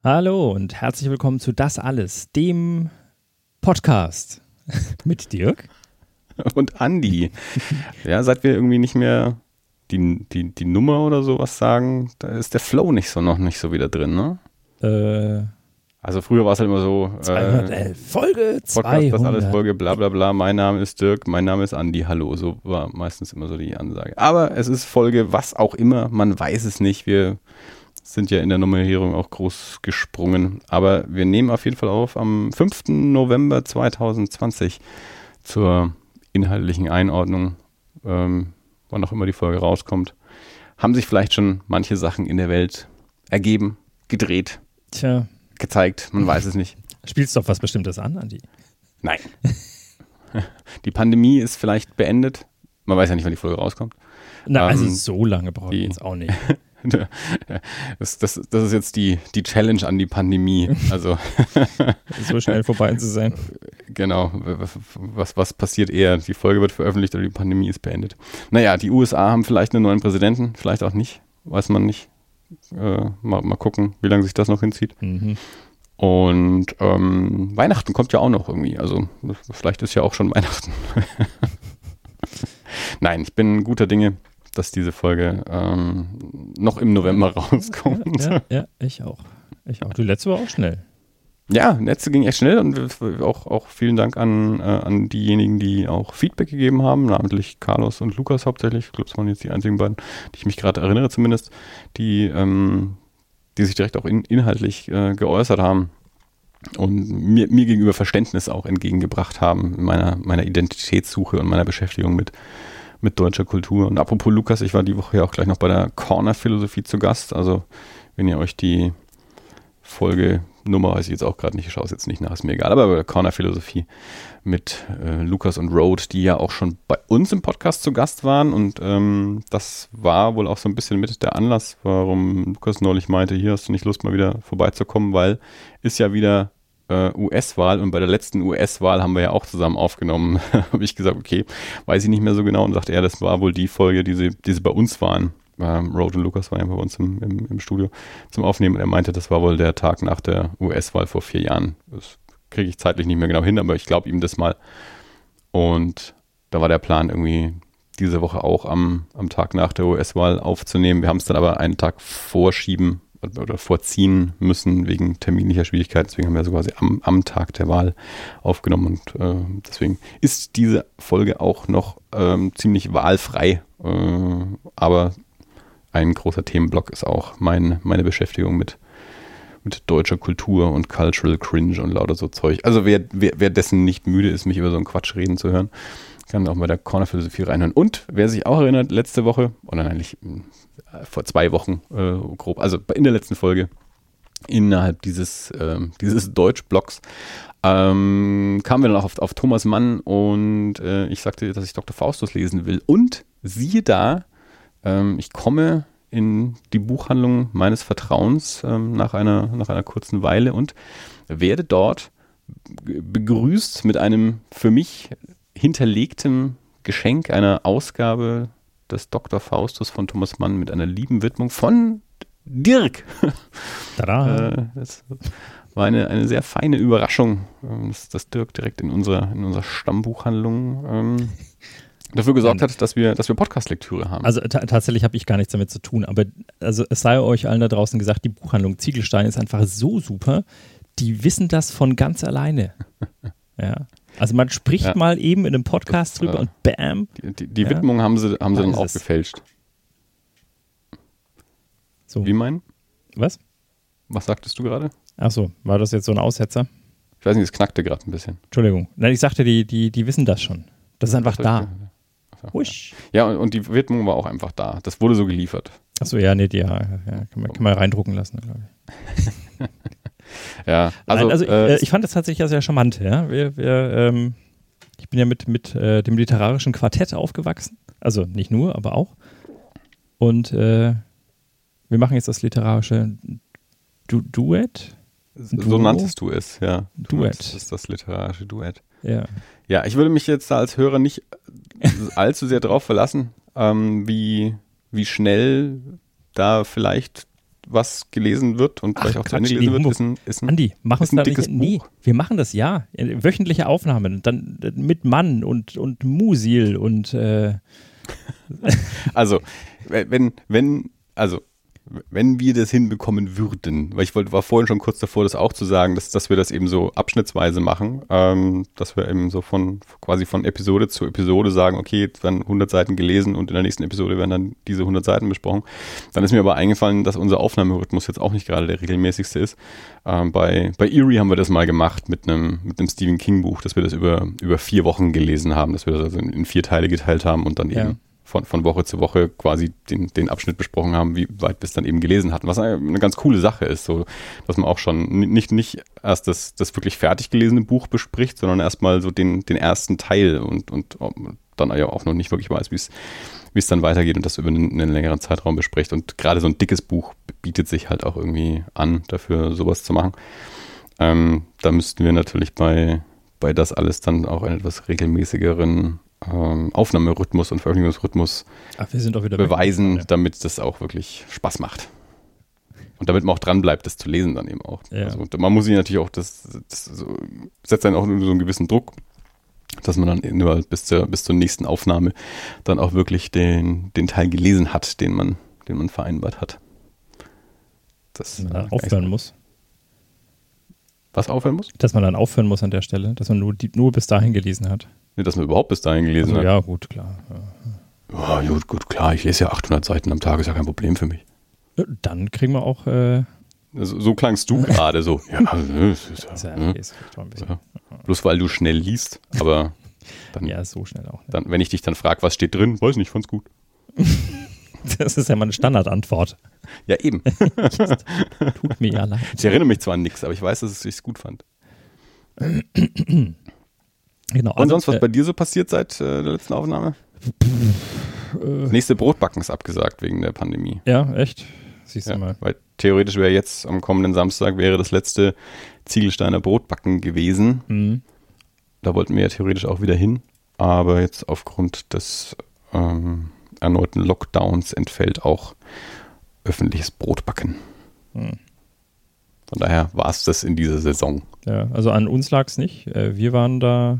Hallo und herzlich willkommen zu Das Alles, dem Podcast mit Dirk und Andi. Ja, seit wir irgendwie nicht mehr die Nummer oder sowas sagen, da ist der Flow noch nicht so wieder drin, ne? Also früher war es halt immer so 211, Folge 200. Podcast, das alles Folge, bla bla bla, mein Name ist Dirk, mein Name ist Andi, hallo. So war meistens immer so die Ansage. Aber es ist Folge, was auch immer, man weiß es nicht. Wir sind ja in der Nummerierung auch groß gesprungen. Aber wir nehmen auf jeden Fall auf am 5. November 2020 zur inhaltlichen Einordnung, wann auch immer die Folge rauskommt. Haben sich vielleicht schon manche Sachen in der Welt ergeben, gedreht, gezeigt, man weiß es nicht. Spielst du auf was Bestimmtes an, Andi? Nein. Die Pandemie ist vielleicht beendet. Man weiß ja nicht, wann die Folge rauskommt. Na, also so lange brauchen wir jetzt auch nicht. Das ist jetzt die Challenge an die Pandemie. Also so schnell vorbei zu sein. Genau. Was passiert eher? Die Folge wird veröffentlicht oder die Pandemie ist beendet. Naja, die USA haben vielleicht einen neuen Präsidenten, vielleicht auch nicht. Weiß man nicht. Mal gucken, wie lange sich das noch hinzieht. Mhm. Und Weihnachten kommt ja auch noch irgendwie. Also vielleicht ist ja auch schon Weihnachten. Nein, ich bin guter Dinge, dass diese Folge noch im November rauskommt. Ja, ich auch. Die letzte war auch schnell. Ja, letzte ging echt schnell und auch vielen Dank an diejenigen, die auch Feedback gegeben haben, namentlich Carlos und Lukas hauptsächlich. Ich glaube, das waren jetzt die einzigen beiden, die ich mich gerade erinnere zumindest, die sich direkt auch inhaltlich geäußert haben und mir gegenüber Verständnis auch entgegengebracht haben in meiner Identitätssuche und meiner Beschäftigung mit deutscher Kultur. Und apropos Lukas, ich war die Woche ja auch gleich noch bei der Corner-Philosophie zu Gast. Also wenn ihr euch die Folge Nummer weiß ich jetzt auch gerade nicht, ich schaue es jetzt nicht nach, ist mir egal, aber bei der Corner-Philosophie mit Lukas und Road, die ja auch schon bei uns im Podcast zu Gast waren und das war wohl auch so ein bisschen mit der Anlass, warum Lukas neulich meinte, hier hast du nicht Lust mal wieder vorbeizukommen, weil ist ja wieder US-Wahl und bei der letzten US-Wahl haben wir ja auch zusammen aufgenommen, habe ich gesagt, okay, weiß ich nicht mehr so genau und sagte er, das war wohl die Folge, die sie bei uns waren. Road und Lukas waren ja bei uns im Studio zum Aufnehmen und er meinte, das war wohl der Tag nach der US-Wahl vor 4 Jahren. Das kriege ich zeitlich nicht mehr genau hin, aber ich glaube ihm das mal. Und da war der Plan irgendwie diese Woche auch am Tag nach der US-Wahl aufzunehmen. Wir haben es dann aber einen Tag vorschieben oder vorziehen müssen wegen terminlicher Schwierigkeiten. Deswegen haben wir sogar am Tag der Wahl aufgenommen und deswegen ist diese Folge auch noch ziemlich wahlfrei, aber ein großer Themenblock ist auch meine Beschäftigung mit deutscher Kultur und Cultural Cringe und lauter so Zeug. Also wer dessen nicht müde ist, mich über so einen Quatsch reden zu hören, kann auch bei der Corner-Philosophie reinhören. Und wer sich auch erinnert, letzte Woche, oder eigentlich vor 2 Wochen grob, also in der letzten Folge, innerhalb dieses Deutsch-Blocks, kamen wir dann auch auf Thomas Mann und ich sagte, dass ich Dr. Faustus lesen will. Und siehe da, ich komme in die Buchhandlung meines Vertrauens nach einer kurzen Weile und werde dort begrüßt mit einem für mich hinterlegten Geschenk, einer Ausgabe des Dr. Faustus von Thomas Mann mit einer lieben Widmung von Dirk. Tada! Das war eine sehr feine Überraschung, dass Dirk direkt in unserer Stammbuchhandlung dafür gesorgt hat, dass wir Podcast-Lektüre haben. Also tatsächlich habe ich gar nichts damit zu tun, aber also es sei euch allen da draußen gesagt, die Buchhandlung Ziegelstein ist einfach so super, die wissen das von ganz alleine. Ja. Also man spricht mal eben in einem Podcast drüber und bam. Die Widmung haben sie dann auch gefälscht. So. Wie meinen? Was? Was sagtest du gerade? Achso, war das jetzt so ein Aussetzer? Ich weiß nicht, es knackte gerade ein bisschen. Entschuldigung. Nein, ich sagte, die wissen das schon. Das ist einfach da. Husch. Ja, und die Widmung war auch einfach da. Das wurde so geliefert. Achso, ja, nee, kann man reindrucken lassen, glaube ich. Ja, also, nein, ich fand das tatsächlich sehr charmant. Ja? Ich bin ja mit dem literarischen Quartett aufgewachsen. Also nicht nur, aber auch. Und wir machen jetzt das literarische Duett. So nanntest du es, ja. Duett. Das ist das literarische Duett. Ja. Ja, ich würde mich jetzt da als Hörer nicht allzu sehr drauf verlassen, wie schnell da vielleicht was gelesen wird und vielleicht auch zu Ende gelesen wird, ist ein Andi, mach uns ein da dickes nicht. Nee, Buch. wir machen das ja. Wöchentliche Aufnahmen, dann mit Mann und Musil und Also, wenn wir das hinbekommen würden, weil war vorhin schon kurz davor, das auch zu sagen, dass wir das eben so abschnittsweise machen, dass wir eben so quasi von Episode zu Episode sagen, okay, jetzt werden 100 Seiten gelesen und in der nächsten Episode werden dann diese 100 Seiten besprochen. Dann ist mir aber eingefallen, dass unser Aufnahmerhythmus jetzt auch nicht gerade der regelmäßigste ist. Bei Eerie haben wir das mal gemacht mit einem Stephen King Buch, dass wir das über 4 Wochen gelesen haben, dass wir das also in 4 Teile geteilt haben und dann eben von Woche zu Woche quasi den Abschnitt besprochen haben, wie weit wir es dann eben gelesen hatten. Was eine ganz coole Sache ist, so, dass man auch schon nicht erst das wirklich fertig gelesene Buch bespricht, sondern erstmal so den ersten Teil und dann ja auch noch nicht wirklich weiß, wie es dann weitergeht und das über einen längeren Zeitraum bespricht. Und gerade so ein dickes Buch bietet sich halt auch irgendwie an, dafür sowas zu machen. Da müssten wir natürlich bei das alles dann auch einen etwas regelmäßigeren Aufnahmerhythmus und Veröffentlichungsrhythmus wir sind auch wieder beweisen, damit das auch wirklich Spaß macht. Und damit man auch dran bleibt, das zu lesen dann eben auch. Ja. Also man muss sich natürlich auch, das setzt dann auch so einen gewissen Druck, dass man dann bis zur nächsten Aufnahme dann auch wirklich den Teil gelesen hat, den man vereinbart hat. Dass man dann aufhören muss. Was aufhören muss? Dass man dann aufhören muss an der Stelle, dass man nur bis dahin gelesen hat. Nee, dass man überhaupt bis dahin gelesen hat. Ja, gut, klar. Ja, gut, klar. Ich lese ja 800 Seiten am Tag, ist ja kein Problem für mich. Dann kriegen wir auch... so klangst du gerade so. Ja, bloß weil du schnell liest, aber dann... Ja, so schnell auch. Dann, wenn ich dich dann frage, was steht drin, weiß nicht, fand's gut. Das ist ja meine Standardantwort. Ja, eben. Tut mir ja leid. Ich erinnere mich zwar an nichts, aber ich weiß, dass ich es gut fand. Genau. Und sonst, was bei dir so passiert seit der letzten Aufnahme? Nächste Brotbacken ist abgesagt wegen der Pandemie. Ja, echt? Siehst du mal. Weil theoretisch wäre jetzt am kommenden Samstag wäre das letzte Ziegelsteiner Brotbacken gewesen. Mhm. Da wollten wir ja theoretisch auch wieder hin. Aber jetzt aufgrund des erneuten Lockdowns entfällt auch öffentliches Brotbacken. Mhm. Von daher war es das in dieser Saison. Ja, also an uns lag es nicht. Wir waren da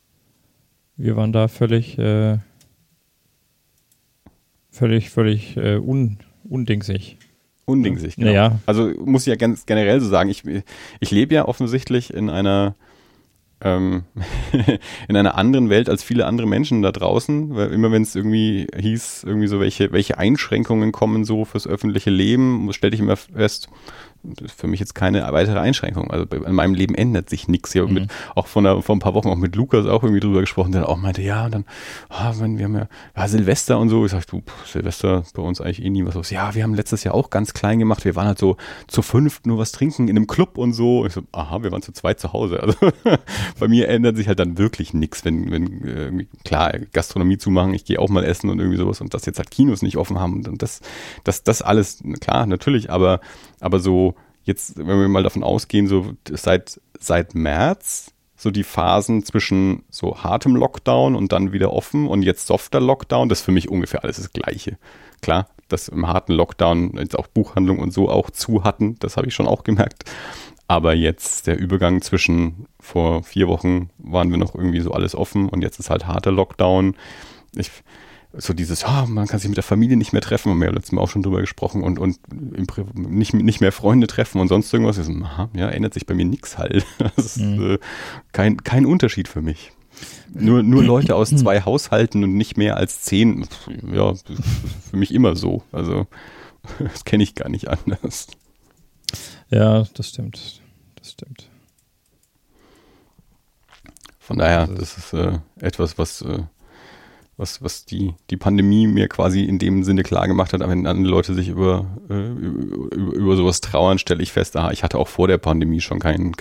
völlig undingsig. Undingsig, genau. Naja. Also muss ich ja ganz generell so sagen, ich lebe ja offensichtlich in einer in einer anderen Welt als viele andere Menschen da draußen, weil immer wenn es irgendwie hieß, irgendwie so welche Einschränkungen kommen so fürs öffentliche Leben, stellte ich immer fest, für mich jetzt keine weitere Einschränkung. Also in meinem Leben ändert sich nichts. Ich habe auch vor ein paar Wochen auch mit Lukas auch irgendwie drüber gesprochen, der auch meinte, ja, und dann, wir haben ja Silvester und so. Ich sag, Silvester bei uns eigentlich nie was los. Ja, wir haben letztes Jahr auch ganz klein gemacht. Wir waren halt so zu 5 nur was trinken in einem Club und so. Ich so, wir waren zu 2 zu Hause. Also bei mir ändert sich halt dann wirklich nichts, wenn klar, Gastronomie zumachen, ich gehe auch mal essen und irgendwie sowas und dass jetzt halt Kinos nicht offen haben und das alles, klar, natürlich, aber so jetzt, wenn wir mal davon ausgehen, so seit März, so die Phasen zwischen so hartem Lockdown und dann wieder offen und jetzt softer Lockdown, das ist für mich ungefähr alles das Gleiche. Klar, dass im harten Lockdown jetzt auch Buchhandlungen und so auch zu hatten, das habe ich schon auch gemerkt. Aber jetzt der Übergang zwischen vor 4 Wochen waren wir noch irgendwie so alles offen und jetzt ist halt harter Lockdown. So dieses, man kann sich mit der Familie nicht mehr treffen, haben wir ja letztes Mal auch schon drüber gesprochen und nicht mehr Freunde treffen und sonst irgendwas. Ich so, ändert sich bei mir nichts halt. Das ist kein Unterschied für mich. Nur Leute aus 2 Haushalten und nicht mehr als 10, ja, für mich immer so. Also das kenne ich gar nicht anders. Ja, das stimmt. Von daher, das ist etwas, was die Pandemie mir quasi in dem Sinne klar gemacht hat, wenn andere Leute sich über sowas trauern, stelle ich fest, ich hatte auch vor der Pandemie schon kein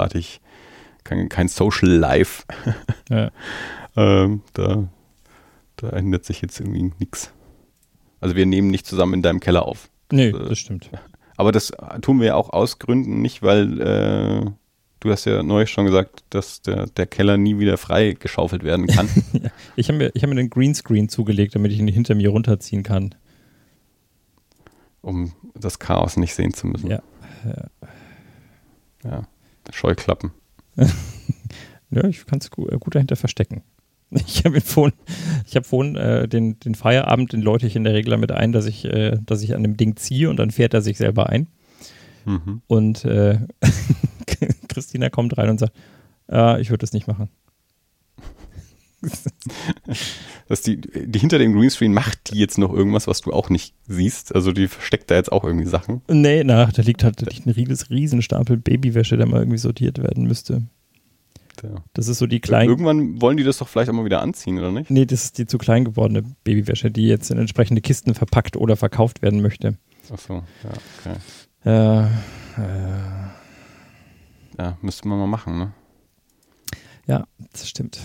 Social Life. Ja. Da ändert sich jetzt irgendwie nichts. Also wir nehmen nicht zusammen in deinem Keller auf. Nee, das stimmt. Aber das tun wir ja auch aus Gründen nicht, weil du hast ja neulich schon gesagt, dass der Keller nie wieder frei geschaufelt werden kann. Ja, ich hab mir den Greenscreen zugelegt, damit ich ihn hinter mir runterziehen kann. um das Chaos nicht sehen zu müssen. Ja. Ja, Scheuklappen. Ja, ich kann es gut dahinter verstecken. Ich habe vorhin den Feierabend, den läute ich in der Regel damit ein, dass ich an dem Ding ziehe und dann fährt er sich selber ein. Mhm. Und Christina kommt rein und sagt, ich würde das nicht machen. Dass die hinter dem Greenscreen macht die jetzt noch irgendwas, was du auch nicht siehst. Also die versteckt da jetzt auch irgendwie Sachen. Nee, da liegt ein Riesenstapel Babywäsche, der mal irgendwie sortiert werden müsste. Ja. Das ist so die kleinen. Irgendwann wollen die das doch vielleicht auch mal wieder anziehen, oder nicht? Nee, das ist die zu klein gewordene Babywäsche, die jetzt in entsprechende Kisten verpackt oder verkauft werden möchte. Ach so, ja, okay. Ja, müsste man mal machen, ne? Ja, das stimmt.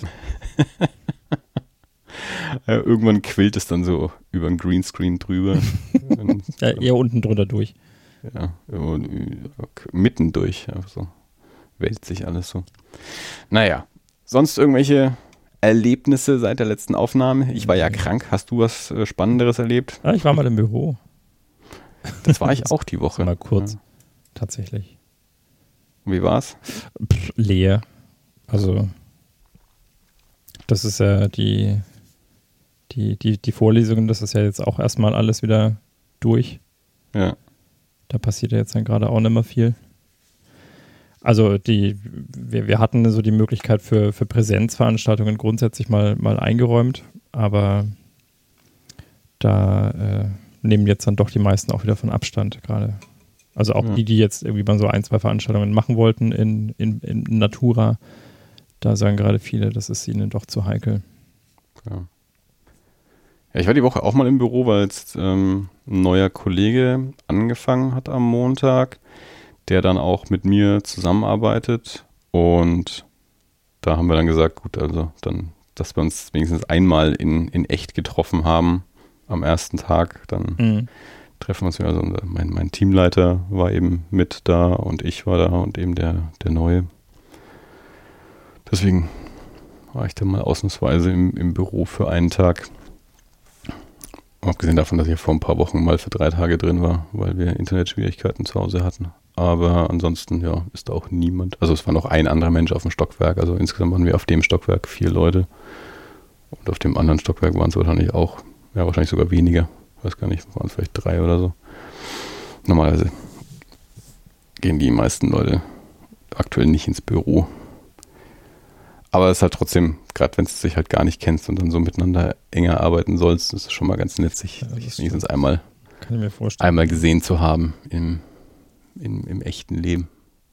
Irgendwann quillt es dann so über den Greenscreen drüber. Ja, eher unten drunter durch. Ja, mitten durch. Ja, so wälzt sich alles so. Naja, sonst irgendwelche Erlebnisse seit der letzten Aufnahme? Ich war ja krank. Hast du was Spannenderes erlebt? Ja, ich war mal im Büro. Das war ich auch die Woche. Mal kurz, tatsächlich. Wie war's? Leer. Also, das ist ja die Vorlesungen, das ist ja jetzt auch erstmal alles wieder durch. Ja. Da passiert ja jetzt dann gerade auch nicht mehr viel. Also wir hatten so die Möglichkeit für Präsenzveranstaltungen grundsätzlich mal eingeräumt, aber da nehmen jetzt dann doch die meisten auch wieder von Abstand gerade. Also auch die jetzt irgendwie mal so 1, 2 Veranstaltungen machen wollten in Natura, da sagen gerade viele, das ist ihnen doch zu heikel. Ja. Ja, ich war die Woche auch mal im Büro, weil jetzt ein neuer Kollege angefangen hat am Montag, der dann auch mit mir zusammenarbeitet, und da haben wir dann gesagt, gut, also dann, dass wir uns wenigstens einmal in echt getroffen haben am ersten Tag, dann treffen wir uns wieder. Also mein Teamleiter war eben mit da und ich war da und eben der Neue. Deswegen war ich dann mal ausnahmsweise im Büro für einen Tag. Abgesehen davon, dass ich vor ein paar Wochen mal für 3 Tage drin war, weil wir Internetschwierigkeiten zu Hause hatten. Aber ansonsten, ja, ist da auch niemand. Also es war noch ein anderer Mensch auf dem Stockwerk. Also insgesamt waren wir auf dem Stockwerk 4 Leute. Und auf dem anderen Stockwerk waren es wahrscheinlich auch, ja, wahrscheinlich sogar weniger. Ich weiß gar nicht, waren es vielleicht 3 oder so. Normalerweise gehen die meisten Leute aktuell nicht ins Büro. Aber es ist halt trotzdem, gerade wenn du dich halt gar nicht kennst und dann so miteinander enger arbeiten sollst, ist es schon mal ganz nett, sich wenigstens einmal gesehen zu haben im echten Leben.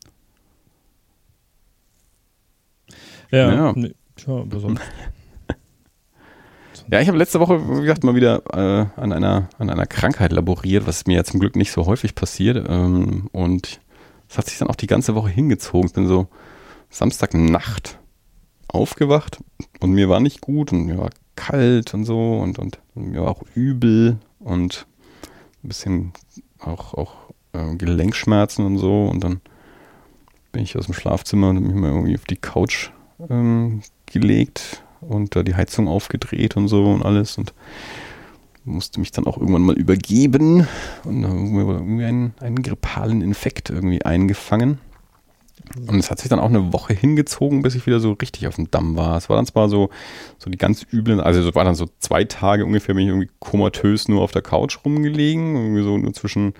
Ja. Aber sonst. Ja, ich habe letzte Woche, wie gesagt, mal wieder an einer Krankheit laboriert, was mir ja zum Glück nicht so häufig passiert. Und es hat sich dann auch die ganze Woche hingezogen. Ich bin so Samstagnacht aufgewacht und mir war nicht gut und mir war kalt und so und mir war auch übel und ein bisschen auch Gelenkschmerzen und so, und dann bin ich aus dem Schlafzimmer und habe mich mal irgendwie auf die Couch gelegt und da die Heizung aufgedreht und so und alles und musste mich dann auch irgendwann mal übergeben und dann haben wir irgendwie einen grippalen Infekt irgendwie eingefangen. Und es hat sich dann auch eine Woche hingezogen, bis ich wieder so richtig auf dem Damm war. Es war dann zwar so die ganz üblen, also es war dann so 2 Tage ungefähr, bin ich irgendwie komatös nur auf der Couch rumgelegen, irgendwie so nur zwischen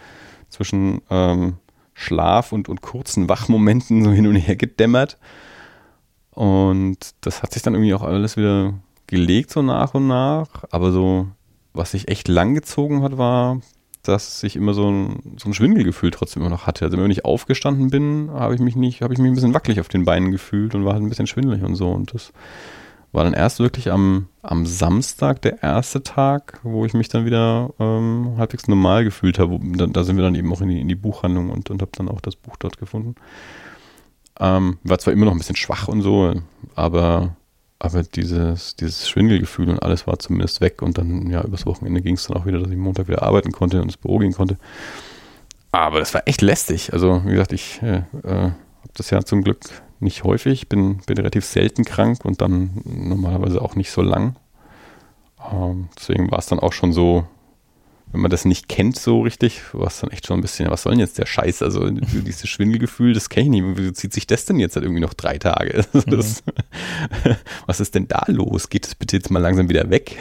Schlaf und kurzen Wachmomenten so hin und her gedämmert. Und das hat sich dann irgendwie auch alles wieder gelegt, so nach und nach. Aber so, was sich echt lang gezogen hat, war, dass ich immer so ein Schwindelgefühl trotzdem immer noch hatte. Also wenn ich aufgestanden bin, habe ich mich ein bisschen wackelig auf den Beinen gefühlt und war halt ein bisschen schwindelig und so. Und das war dann erst wirklich am Samstag der erste Tag, wo ich mich dann wieder halbwegs normal gefühlt habe. Da sind wir dann eben auch in die Buchhandlung und habe dann auch das Buch dort gefunden. War zwar immer noch ein bisschen schwach und so, aber dieses Schwindelgefühl und alles war zumindest weg, und dann, ja, übers Wochenende ging es dann auch wieder, dass ich Montag wieder arbeiten konnte und ins Büro gehen konnte. Aber das war echt lästig. Also, wie gesagt, ich habe das ja zum Glück nicht häufig, bin relativ selten krank und dann normalerweise auch nicht so lang. Deswegen war es dann auch schon so wenn man das nicht kennt so richtig, was dann echt schon ein bisschen, was soll denn jetzt der Scheiß? Also dieses Schwindelgefühl, das kenne ich nicht. Wie zieht sich das denn jetzt halt irgendwie noch 3 Tage? Was ist denn da los? Geht es bitte jetzt mal langsam wieder weg?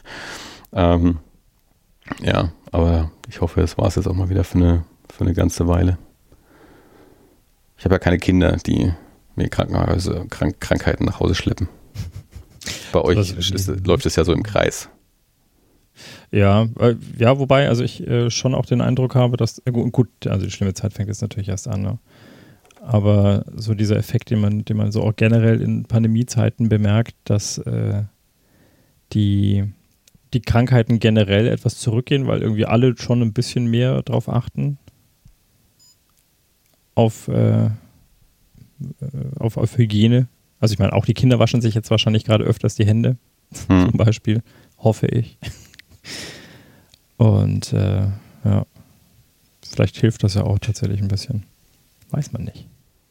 Ja, aber ich hoffe, das war es jetzt auch mal wieder für eine ganze Weile. Ich habe ja keine Kinder, die mir Krankheiten nach Hause schleppen. Bei euch läuft es ja so im Kreis. Ja, wobei, also ich schon auch den Eindruck habe, dass, gut, also die schlimme Zeit fängt jetzt natürlich erst an, ne? Aber so dieser Effekt, den man so auch generell in Pandemiezeiten bemerkt, dass die Krankheiten generell etwas zurückgehen, weil irgendwie alle schon ein bisschen mehr drauf achten. Auf Hygiene. Also ich meine, auch die Kinder waschen sich jetzt wahrscheinlich gerade öfters die Hände, zum Beispiel, hoffe ich. Und ja, vielleicht hilft das ja auch tatsächlich ein bisschen. Weiß man nicht.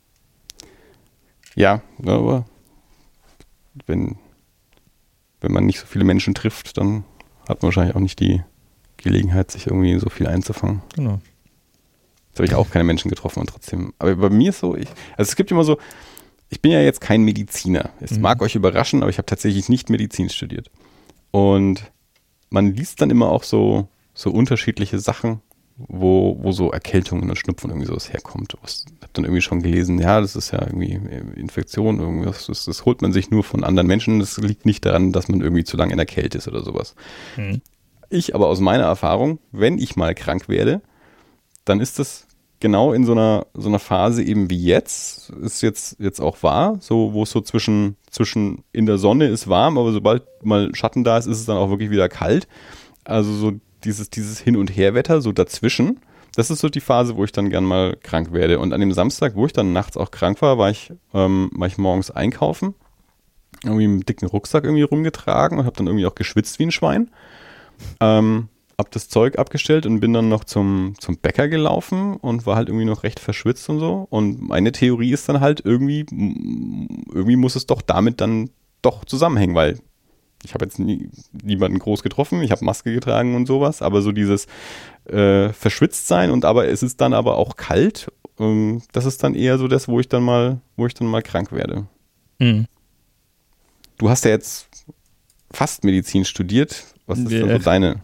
Ja, aber wenn man nicht so viele Menschen trifft, dann hat man wahrscheinlich auch nicht die Gelegenheit, sich irgendwie so viel einzufangen. Genau. Jetzt habe ich auch keine Menschen getroffen und trotzdem. Aber bei mir ist so, also es gibt immer so, ich bin ja jetzt kein Mediziner. Es mag euch überraschen, aber ich habe tatsächlich nicht Medizin studiert. Und man liest dann immer auch so unterschiedliche Sachen, wo so Erkältungen und Schnupfen irgendwie sowas herkommt. Ich habe dann irgendwie schon gelesen, ja, das ist ja irgendwie Infektion, irgendwas, das holt man sich nur von anderen Menschen. Das liegt nicht daran, dass man irgendwie zu lange in der Kälte ist oder sowas. Ich aber aus meiner Erfahrung, wenn ich mal krank werde, dann ist das genau in so einer Phase eben wie jetzt, ist jetzt auch wahr, so wo es so zwischen in der Sonne ist warm, aber sobald mal Schatten da ist, ist es dann auch wirklich wieder kalt. Also so dieses Hin- und Herwetter, so dazwischen, das ist so die Phase, wo ich dann gern mal krank werde. Und an dem Samstag, wo ich dann nachts auch krank war, war ich morgens einkaufen, irgendwie mit einem dicken Rucksack irgendwie rumgetragen und habe dann irgendwie auch geschwitzt wie ein Schwein. Hab das Zeug abgestellt und bin dann noch zum Bäcker gelaufen und war halt irgendwie noch recht verschwitzt und so. Und meine Theorie ist dann halt irgendwie muss es doch damit dann doch zusammenhängen, weil ich habe jetzt niemanden groß getroffen, ich habe Maske getragen und sowas, aber so dieses verschwitzt sein und aber es ist dann aber auch kalt, das ist dann eher so das, wo ich dann mal krank werde. Mhm. Du hast ja jetzt fast Medizin studiert. Was ist denn so deine?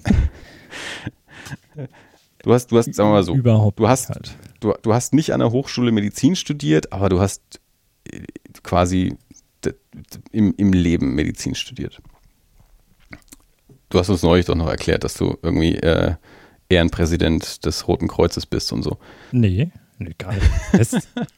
Du hast, sagen wir mal so, überhaupt du hast, halt. du hast nicht an der Hochschule Medizin studiert, aber du hast quasi im Leben Medizin studiert. Du hast uns neulich doch noch erklärt, dass du irgendwie Ehrenpräsident des Roten Kreuzes bist und so. Nee, gar nicht.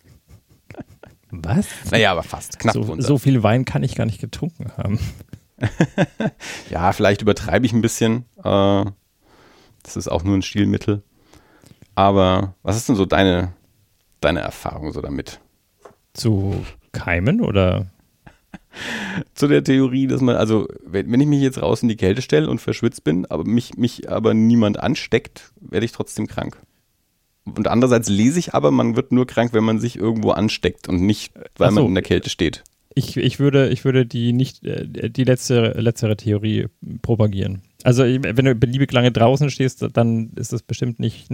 Was? Naja, aber fast, knapp drunter. So viel Wein kann ich gar nicht getrunken haben. Ja, vielleicht übertreibe ich ein bisschen. Das ist auch nur ein Stilmittel. Aber was ist denn so deine Erfahrung so damit? Zu keimen oder? Zu der Theorie, dass man, also wenn ich mich jetzt raus in die Kälte stelle und verschwitzt bin, aber mich aber niemand ansteckt, werde ich trotzdem krank. Und andererseits lese ich aber, man wird nur krank, wenn man sich irgendwo ansteckt und nicht, weil man in der Kälte steht. Ich würde die letztere Theorie propagieren. Also wenn du beliebig lange draußen stehst, dann ist das bestimmt nicht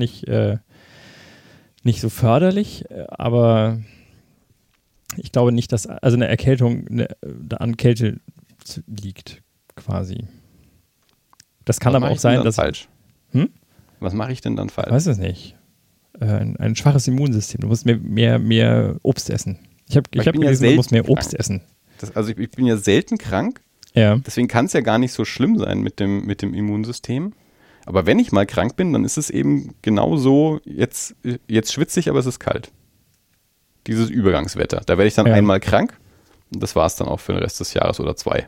so förderlich, aber ich glaube nicht, dass also eine Erkältung an Kälte liegt, quasi. Das kann aber auch sein, dass falsch. Was mache ich denn dann falsch? Ich weiß es nicht. Ein schwaches Immunsystem. Du musst mehr Obst essen. Ich hab gelesen, du musst mehr Obst essen. Ich bin ja selten krank. Ja. Deswegen kann es ja gar nicht so schlimm sein mit dem Immunsystem. Aber wenn ich mal krank bin, dann ist es eben genau so, jetzt schwitze ich, aber es ist kalt. Dieses Übergangswetter. Da werde ich dann einmal krank und das war es dann auch für den Rest des Jahres oder 2.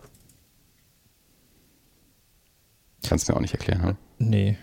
Kannst du mir auch nicht erklären, hm? Nee.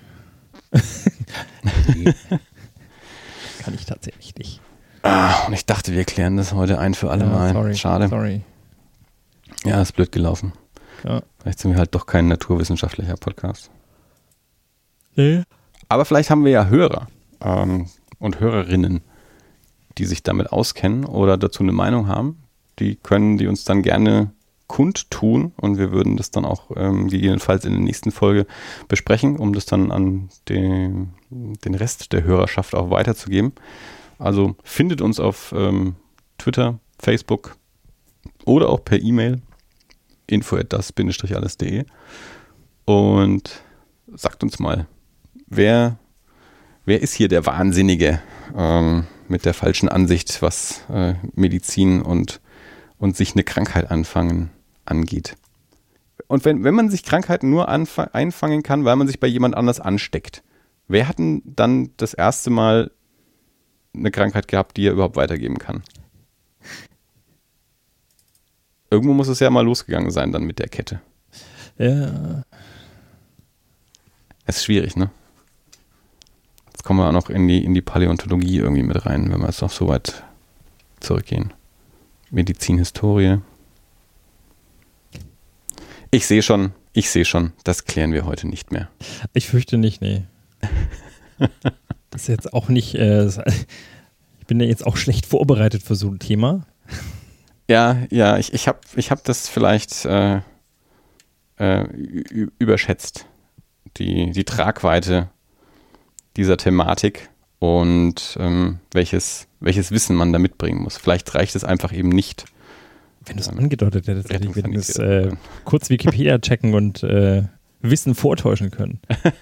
Kann ich tatsächlich nicht. Und ich dachte, wir klären das heute ein für alle Mal. Sorry, schade. Sorry. Ja, ist blöd gelaufen. Ja. Vielleicht sind wir halt doch kein naturwissenschaftlicher Podcast. Nee. Aber vielleicht haben wir ja Hörer und Hörerinnen, die sich damit auskennen oder dazu eine Meinung haben. Die können die uns dann gerne kundtun und wir würden das dann auch gegebenenfalls in der nächsten Folge besprechen, um das dann an den Rest der Hörerschaft auch weiterzugeben. Also findet uns auf Twitter, Facebook oder auch per E-Mail info@das-alles.de und sagt uns mal, wer ist hier der Wahnsinnige mit der falschen Ansicht, was Medizin und sich eine Krankheit angeht. Und wenn man sich Krankheiten nur einfangen kann, weil man sich bei jemand anders ansteckt, wer hat denn dann das erste Mal eine Krankheit gehabt, die er überhaupt weitergeben kann? Irgendwo muss es ja mal losgegangen sein dann mit der Kette. Ja. Es ist schwierig, ne? Jetzt kommen wir auch noch in die Paläontologie irgendwie mit rein, wenn wir jetzt noch so weit zurückgehen. Medizinhistorie. Ich sehe schon, das klären wir heute nicht mehr. Ich fürchte nicht, nee. Das ist jetzt auch nicht, ich bin ja jetzt auch schlecht vorbereitet für so ein Thema. Ja, ich hab das vielleicht überschätzt. Die Tragweite dieser Thematik und welches Wissen man da mitbringen muss. Vielleicht reicht es einfach eben nicht. Wenn du es angedeutet hättest, hätte ich wenigstens kurz Wikipedia checken und Wissen vortäuschen können.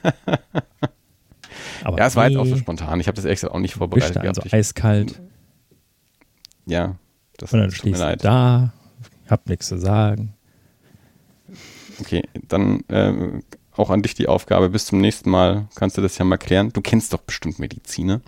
Aber ja, es war jetzt auch so spontan. Ich habe das echt auch nicht vorbereitet gehabt. Also eiskalt. Ja, das tut mir leid. Da, hab nichts zu sagen. Okay, dann auch an dich die Aufgabe. Bis zum nächsten Mal kannst du das ja mal klären. Du kennst doch bestimmt Mediziner.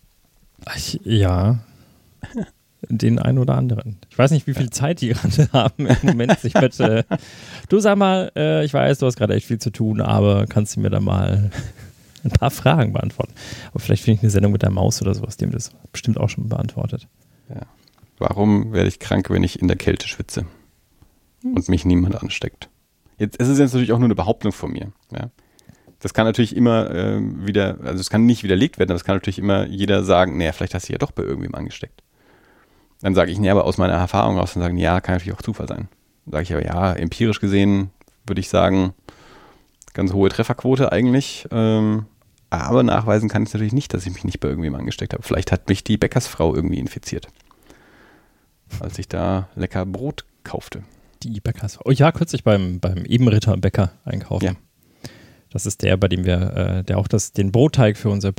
Ja, den einen oder anderen. Ich weiß nicht, wie viel Zeit die gerade haben im Moment. Sich mit, du sag mal, ich weiß, du hast gerade echt viel zu tun, aber kannst du mir da mal ein paar Fragen beantworten? Aber vielleicht finde ich eine Sendung mit der Maus oder sowas, dem das bestimmt auch schon beantwortet. Ja. Warum werde ich krank, wenn ich in der Kälte schwitze und mich niemand ansteckt? Es ist jetzt natürlich auch nur eine Behauptung von mir. Ja. Das kann natürlich immer es kann nicht widerlegt werden, aber es kann natürlich immer jeder sagen, naja, vielleicht hast du dich ja doch bei irgendwem angesteckt. Dann sage ich, nee, aber aus meiner Erfahrung raus und sagen, ja, kann natürlich auch Zufall sein. Dann sage ich aber, ja, empirisch gesehen würde ich sagen, ganz hohe Trefferquote eigentlich. Aber nachweisen kann ich natürlich nicht, dass ich mich nicht bei irgendwem angesteckt habe. Vielleicht hat mich die Bäckersfrau irgendwie infiziert, als ich da lecker Brot kaufte. Die Bäckersfrau. Oh ja, kürzlich beim Ebenritter Bäcker einkaufen. Ja. Das ist der, bei dem wir, der auch den Brotteig für unser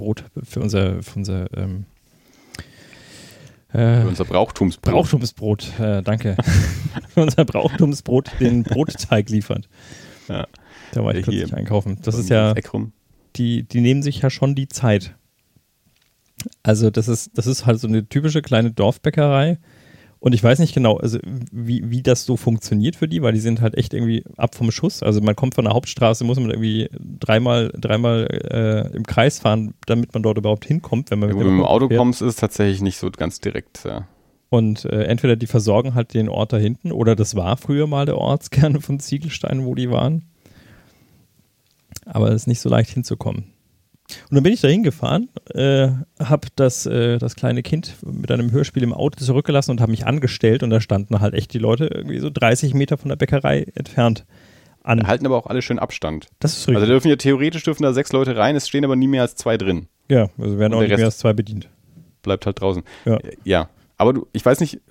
Brauchtumsbrot. Brauchtumsbrot, danke. Für unser Brauchtumsbrot den Brotteig liefert. Ja. Da war ich kürzlich einkaufen. Das ist ja, die nehmen sich ja schon die Zeit. Also das ist halt so eine typische kleine Dorfbäckerei. Und ich weiß nicht genau, also wie das so funktioniert für die, weil die sind halt echt irgendwie ab vom Schuss. Also man kommt von der Hauptstraße, muss man irgendwie dreimal im Kreis fahren, damit man dort überhaupt hinkommt. Wenn man mit dem Auto kommst, ist es tatsächlich nicht so ganz direkt. Ja. Und entweder die versorgen halt den Ort da hinten oder das war früher mal der Ortskern von Ziegelstein, wo die waren. Aber es ist nicht so leicht hinzukommen. Und dann bin ich da hingefahren, habe das kleine Kind mit einem Hörspiel im Auto zurückgelassen und habe mich angestellt und da standen halt echt die Leute irgendwie so 30 Meter von der Bäckerei entfernt an. Da halten aber auch alle schön Abstand. Das ist richtig. Also theoretisch dürfen da 6 Leute rein, es stehen aber nie mehr als 2 drin. Ja, also werden auch nicht mehr als 2 bedient. Bleibt halt draußen. Ja. Aber ich weiß nicht,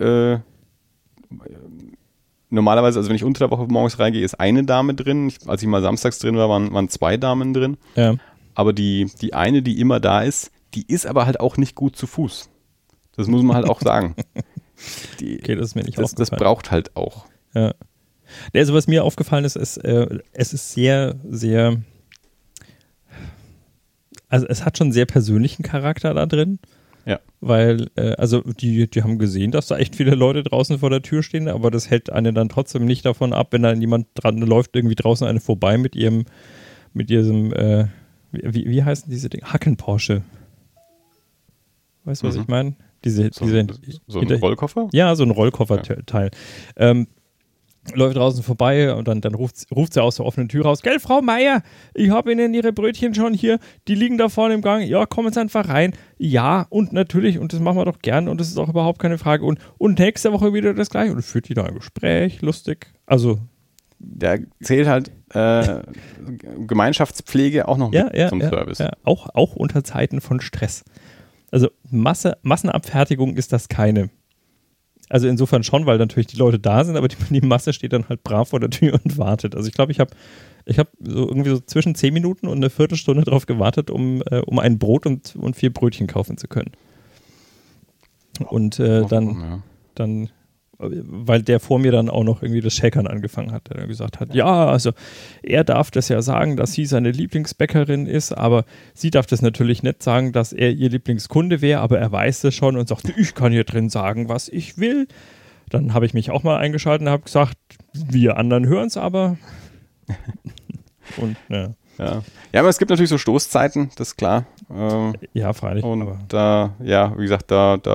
normalerweise, also wenn ich unter der Woche morgens reingehe, ist eine Dame drin. Als ich mal samstags drin war, waren 2 Damen drin. Ja. Aber die eine, die immer da ist, die ist aber halt auch nicht gut zu Fuß. Das muss man halt auch sagen. Okay, das ist mir nicht aufgefallen. Das braucht halt auch. Ja. Also was mir aufgefallen ist, es ist sehr, sehr, also es hat schon sehr persönlichen Charakter da drin. Ja. Weil, also die haben gesehen, dass da echt viele Leute draußen vor der Tür stehen, aber das hält einen dann trotzdem nicht davon ab, wenn da jemand dran läuft, irgendwie draußen eine vorbei mit diesem, wie heißen diese Dinge? Hacken-Porsche. Weißt du, was ich meine? So ein Rollkoffer? Ja, so ein Rollkofferteil. läuft draußen vorbei und dann ruft sie aus der offenen Tür raus, gell, Frau Meier, ich habe Ihnen Ihre Brötchen schon hier, die liegen da vorne im Gang, ja, kommen Sie einfach rein. Ja, und natürlich, und das machen wir doch gern und das ist auch überhaupt keine Frage und nächste Woche wieder das Gleiche und führt die da ein Gespräch, lustig, also der zählt halt Gemeinschaftspflege auch noch mit zum Service. Ja, auch unter Zeiten von Stress. Also Massenabfertigung ist das keine. Also insofern schon, weil natürlich die Leute da sind, aber die Masse steht dann halt brav vor der Tür und wartet. Also ich glaube, ich hab so irgendwie so zwischen 10 Minuten und eine Viertelstunde darauf gewartet, um ein Brot und 4 Brötchen kaufen zu können. Und dann, weil der vor mir dann auch noch irgendwie das Shakern angefangen hat, der dann gesagt hat, ja, also er darf das ja sagen, dass sie seine Lieblingsbäckerin ist, aber sie darf das natürlich nicht sagen, dass er ihr Lieblingskunde wäre, aber er weiß das schon und sagt, ich kann hier drin sagen, was ich will. Dann habe ich mich auch mal eingeschaltet und habe gesagt, wir anderen hören es aber. Und Ja, aber es gibt natürlich so Stoßzeiten, das ist klar. Ja, freilich. Und wie gesagt,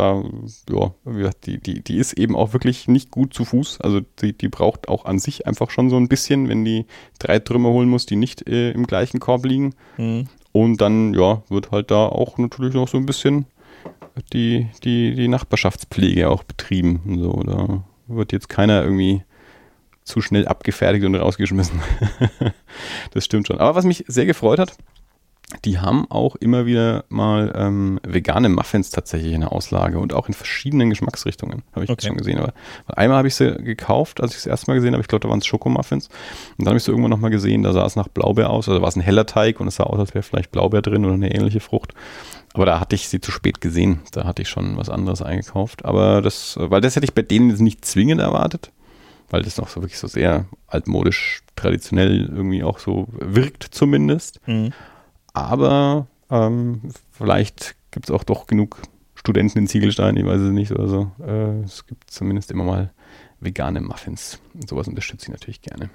die ist eben auch wirklich nicht gut zu Fuß. Also die braucht auch an sich einfach schon so ein bisschen, wenn die 3 Trümmer holen muss, die nicht im gleichen Korb liegen. Mhm. Und dann, wird halt da auch natürlich noch so ein bisschen die Nachbarschaftspflege auch betrieben. Und so, da wird jetzt keiner irgendwie zu schnell abgefertigt und rausgeschmissen. Das stimmt schon. Aber was mich sehr gefreut hat, die haben auch immer wieder mal vegane Muffins tatsächlich in der Auslage und auch in verschiedenen Geschmacksrichtungen, habe ich jetzt schon gesehen. Aber einmal habe ich sie gekauft, als ich es das erste Mal gesehen habe. Ich glaube, da waren es Schokomuffins. Und dann habe ich sie irgendwann nochmal gesehen, da sah es nach Blaubeer aus. Also war es ein heller Teig und es sah aus, als wäre vielleicht Blaubeer drin oder eine ähnliche Frucht. Aber da hatte ich sie zu spät gesehen. Da hatte ich schon was anderes eingekauft. Aber das hätte ich bei denen jetzt nicht zwingend erwartet, weil das noch so wirklich so sehr altmodisch, traditionell irgendwie auch so wirkt zumindest. Mhm. Aber vielleicht gibt es auch doch genug Studenten in Ziegelstein, ich weiß es nicht oder so. Es gibt zumindest immer mal vegane Muffins. Und sowas unterstütze ich natürlich gerne.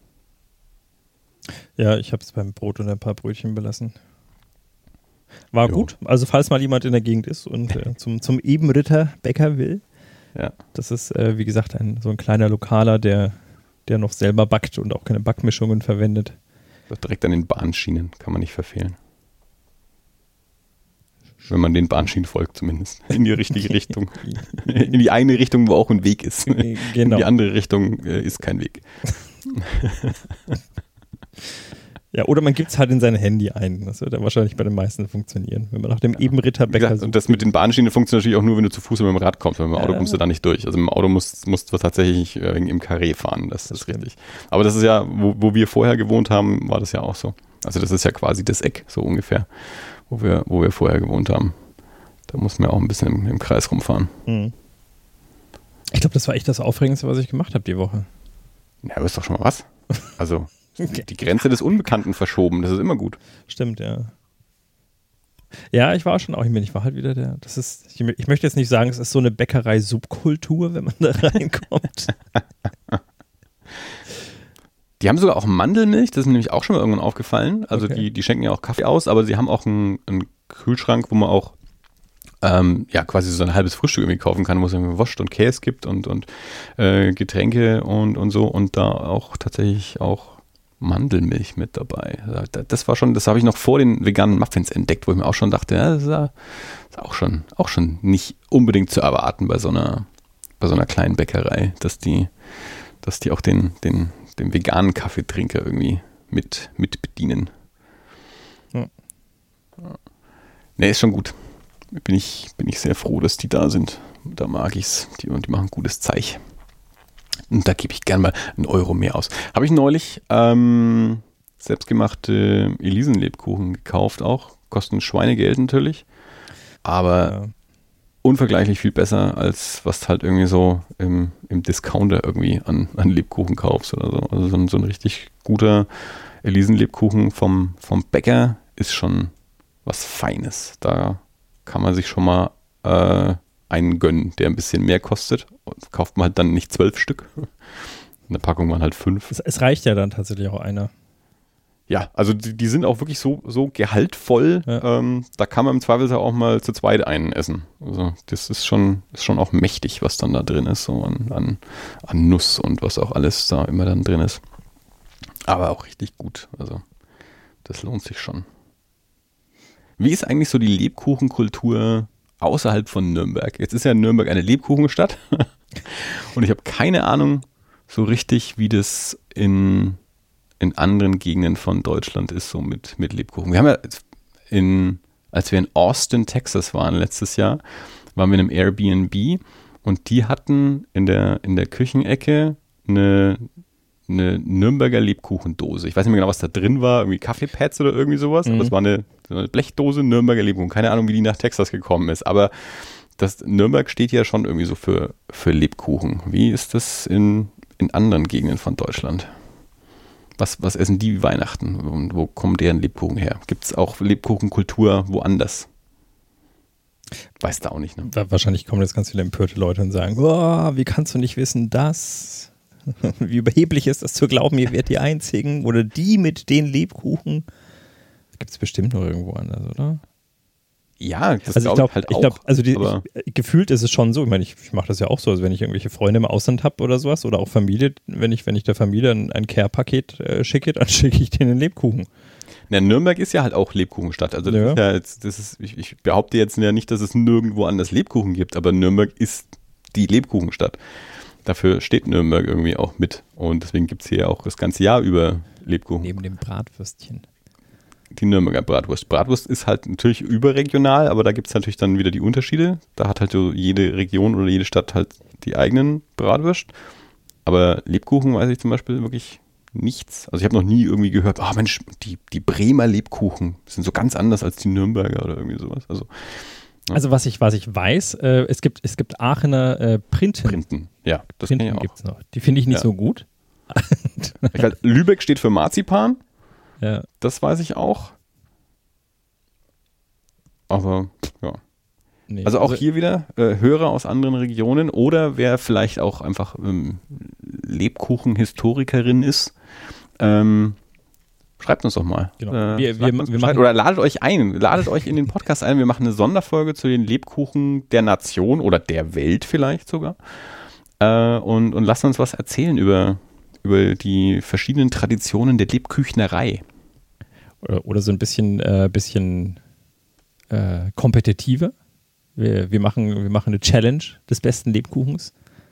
Ja, ich habe es beim Brot und ein paar Brötchen belassen. War gut. Also falls mal jemand in der Gegend ist und zum Ebenritter Bäcker will. Ja. Das ist, wie gesagt, so ein kleiner Lokaler, der noch selber backt und auch keine Backmischungen verwendet. Direkt an den Bahnschienen, kann man nicht verfehlen. Wenn man den Bahnschienen folgt zumindest. In die richtige Richtung. In die eine Richtung, wo auch ein Weg ist. Genau. In die andere Richtung ist kein Weg. Ja, oder man gibt es halt in sein Handy ein. Das wird ja wahrscheinlich bei den meisten funktionieren. Wenn man nach dem Ebenritterbäcker sucht. Und das mit den Bahnschienen funktioniert natürlich auch nur, wenn du zu Fuß oder mit dem Rad kommst. Weil mit dem Auto kommst du da nicht durch. Also mit dem Auto musst du tatsächlich im Karree fahren. Das ist richtig. Aber das ist ja, wo wir vorher gewohnt haben, war das ja auch so. Also das ist ja quasi das Eck, so ungefähr, wo wir vorher gewohnt haben. Da mussten wir auch ein bisschen im Kreis rumfahren. Mhm. Ich glaube, das war echt das Aufregendste, was ich gemacht habe die Woche. Ja, aber ist doch schon mal was. Also die Grenze des Unbekannten verschoben, das ist immer gut. Stimmt, ja. Ja, ich war schon auch, ich war halt wieder ich möchte jetzt nicht sagen, es ist so eine Bäckerei-Subkultur, wenn man da reinkommt. Die haben sogar auch Mandelmilch, das ist mir nämlich auch schon mal irgendwann aufgefallen. Also die schenken ja auch Kaffee aus, aber sie haben auch einen Kühlschrank, wo man auch quasi so ein halbes Frühstück irgendwie kaufen kann, wo es irgendwie Wurst und Käse gibt und Getränke und so und da auch tatsächlich auch Mandelmilch mit dabei. Das habe ich noch vor den veganen Muffins entdeckt, wo ich mir auch schon dachte, ja, das ist auch schon nicht unbedingt zu erwarten bei so einer kleinen Bäckerei, dass die auch den veganen Kaffeetrinker irgendwie mit bedienen. Ja. Nee, ist schon gut. Bin ich sehr froh, dass die da sind. Da mag ich's. Die machen gutes Zeug. Und da gebe ich gern mal einen Euro mehr aus. Habe ich neulich selbstgemachte Elisenlebkuchen gekauft auch. Kosten Schweinegeld natürlich. Aber unvergleichlich viel besser, als was du halt irgendwie so im Discounter irgendwie an Lebkuchen kaufst oder so. Also so ein richtig guter Elisenlebkuchen vom Bäcker ist schon was Feines. Da kann man sich schon mal einen gönnen, der ein bisschen mehr kostet. Und kauft man halt dann nicht 12 Stück. In der Packung waren halt 5. Es reicht ja dann tatsächlich auch einer. Ja, also die sind auch wirklich so gehaltvoll, Ja. da kann man im Zweifelsfall auch mal zu zweit einen essen. Also das ist schon auch mächtig, was dann da drin ist, so an Nuss und was auch alles da immer dann drin ist. Aber auch richtig gut, also das lohnt sich schon. Wie ist eigentlich so die Lebkuchenkultur außerhalb von Nürnberg? Jetzt ist ja Nürnberg eine Lebkuchenstadt und ich habe keine Ahnung so richtig, wie das in anderen Gegenden von Deutschland ist, so mit Lebkuchen. Wir haben ja als wir in Austin, Texas waren letztes Jahr, waren wir in einem Airbnb und die hatten in der Küchenecke eine Nürnberger Lebkuchendose. Ich weiß nicht mehr genau, was da drin war, irgendwie Kaffeepads oder irgendwie sowas, aber es war eine Blechdose Nürnberger Lebkuchen. Keine Ahnung, wie die nach Texas gekommen ist, aber Nürnberg steht ja schon irgendwie so für Lebkuchen. Wie ist das in anderen Gegenden von Deutschland? Was essen die Weihnachten und wo kommen deren Lebkuchen her? Gibt es auch Lebkuchenkultur woanders? Weiß da auch nicht, ne? Wahrscheinlich kommen jetzt ganz viele empörte Leute und sagen, oh, wie kannst du nicht wissen, das? Wie überheblich ist das zu glauben, ihr werdet die Einzigen oder die mit den Lebkuchen? Gibt es bestimmt noch irgendwo anders, oder? Ja, das also glaube ich halt auch. Also gefühlt ist es schon so, ich meine, ich mache das ja auch so, also wenn ich irgendwelche Freunde im Ausland habe oder sowas oder auch Familie, wenn ich der Familie ein Care-Paket schicke, dann schicke ich denen einen Lebkuchen. Na, Nürnberg ist ja halt auch Lebkuchenstadt. Also ich behaupte jetzt ja nicht, dass es nirgendwo anders Lebkuchen gibt, aber Nürnberg ist die Lebkuchenstadt. Dafür steht Nürnberg irgendwie auch mit und deswegen gibt es hier auch das ganze Jahr über Lebkuchen. Neben dem Bratwürstchen. Die Nürnberger Bratwurst. Bratwurst ist halt natürlich überregional, aber da gibt es natürlich dann wieder die Unterschiede. Da hat halt so jede Region oder jede Stadt halt die eigenen Bratwürst. Aber Lebkuchen weiß ich zum Beispiel wirklich nichts. Also ich habe noch nie irgendwie gehört, Mensch, die Bremer Lebkuchen sind so ganz anders als die Nürnberger oder irgendwie sowas. Also was ich weiß, es gibt Aachener Printen. Printen, ja, das Printen kenne ich auch. Gibt's noch. Die finde ich nicht so gut. Ich weiß, Lübeck steht für Marzipan. Ja. Das weiß ich auch. Aber, ja. Nee, also auch hier wieder Hörer aus anderen Regionen oder wer vielleicht auch einfach Lebkuchen-Historikerin ist, schreibt uns doch mal. Genau. Wir machen, oder ladet euch in den Podcast ein. Wir machen eine Sonderfolge zu den Lebkuchen der Nation oder der Welt vielleicht sogar und lasst uns was erzählen über die verschiedenen Traditionen der Lebküchnerei. Oder so ein bisschen kompetitiver. Wir machen eine Challenge des besten Lebkuchens.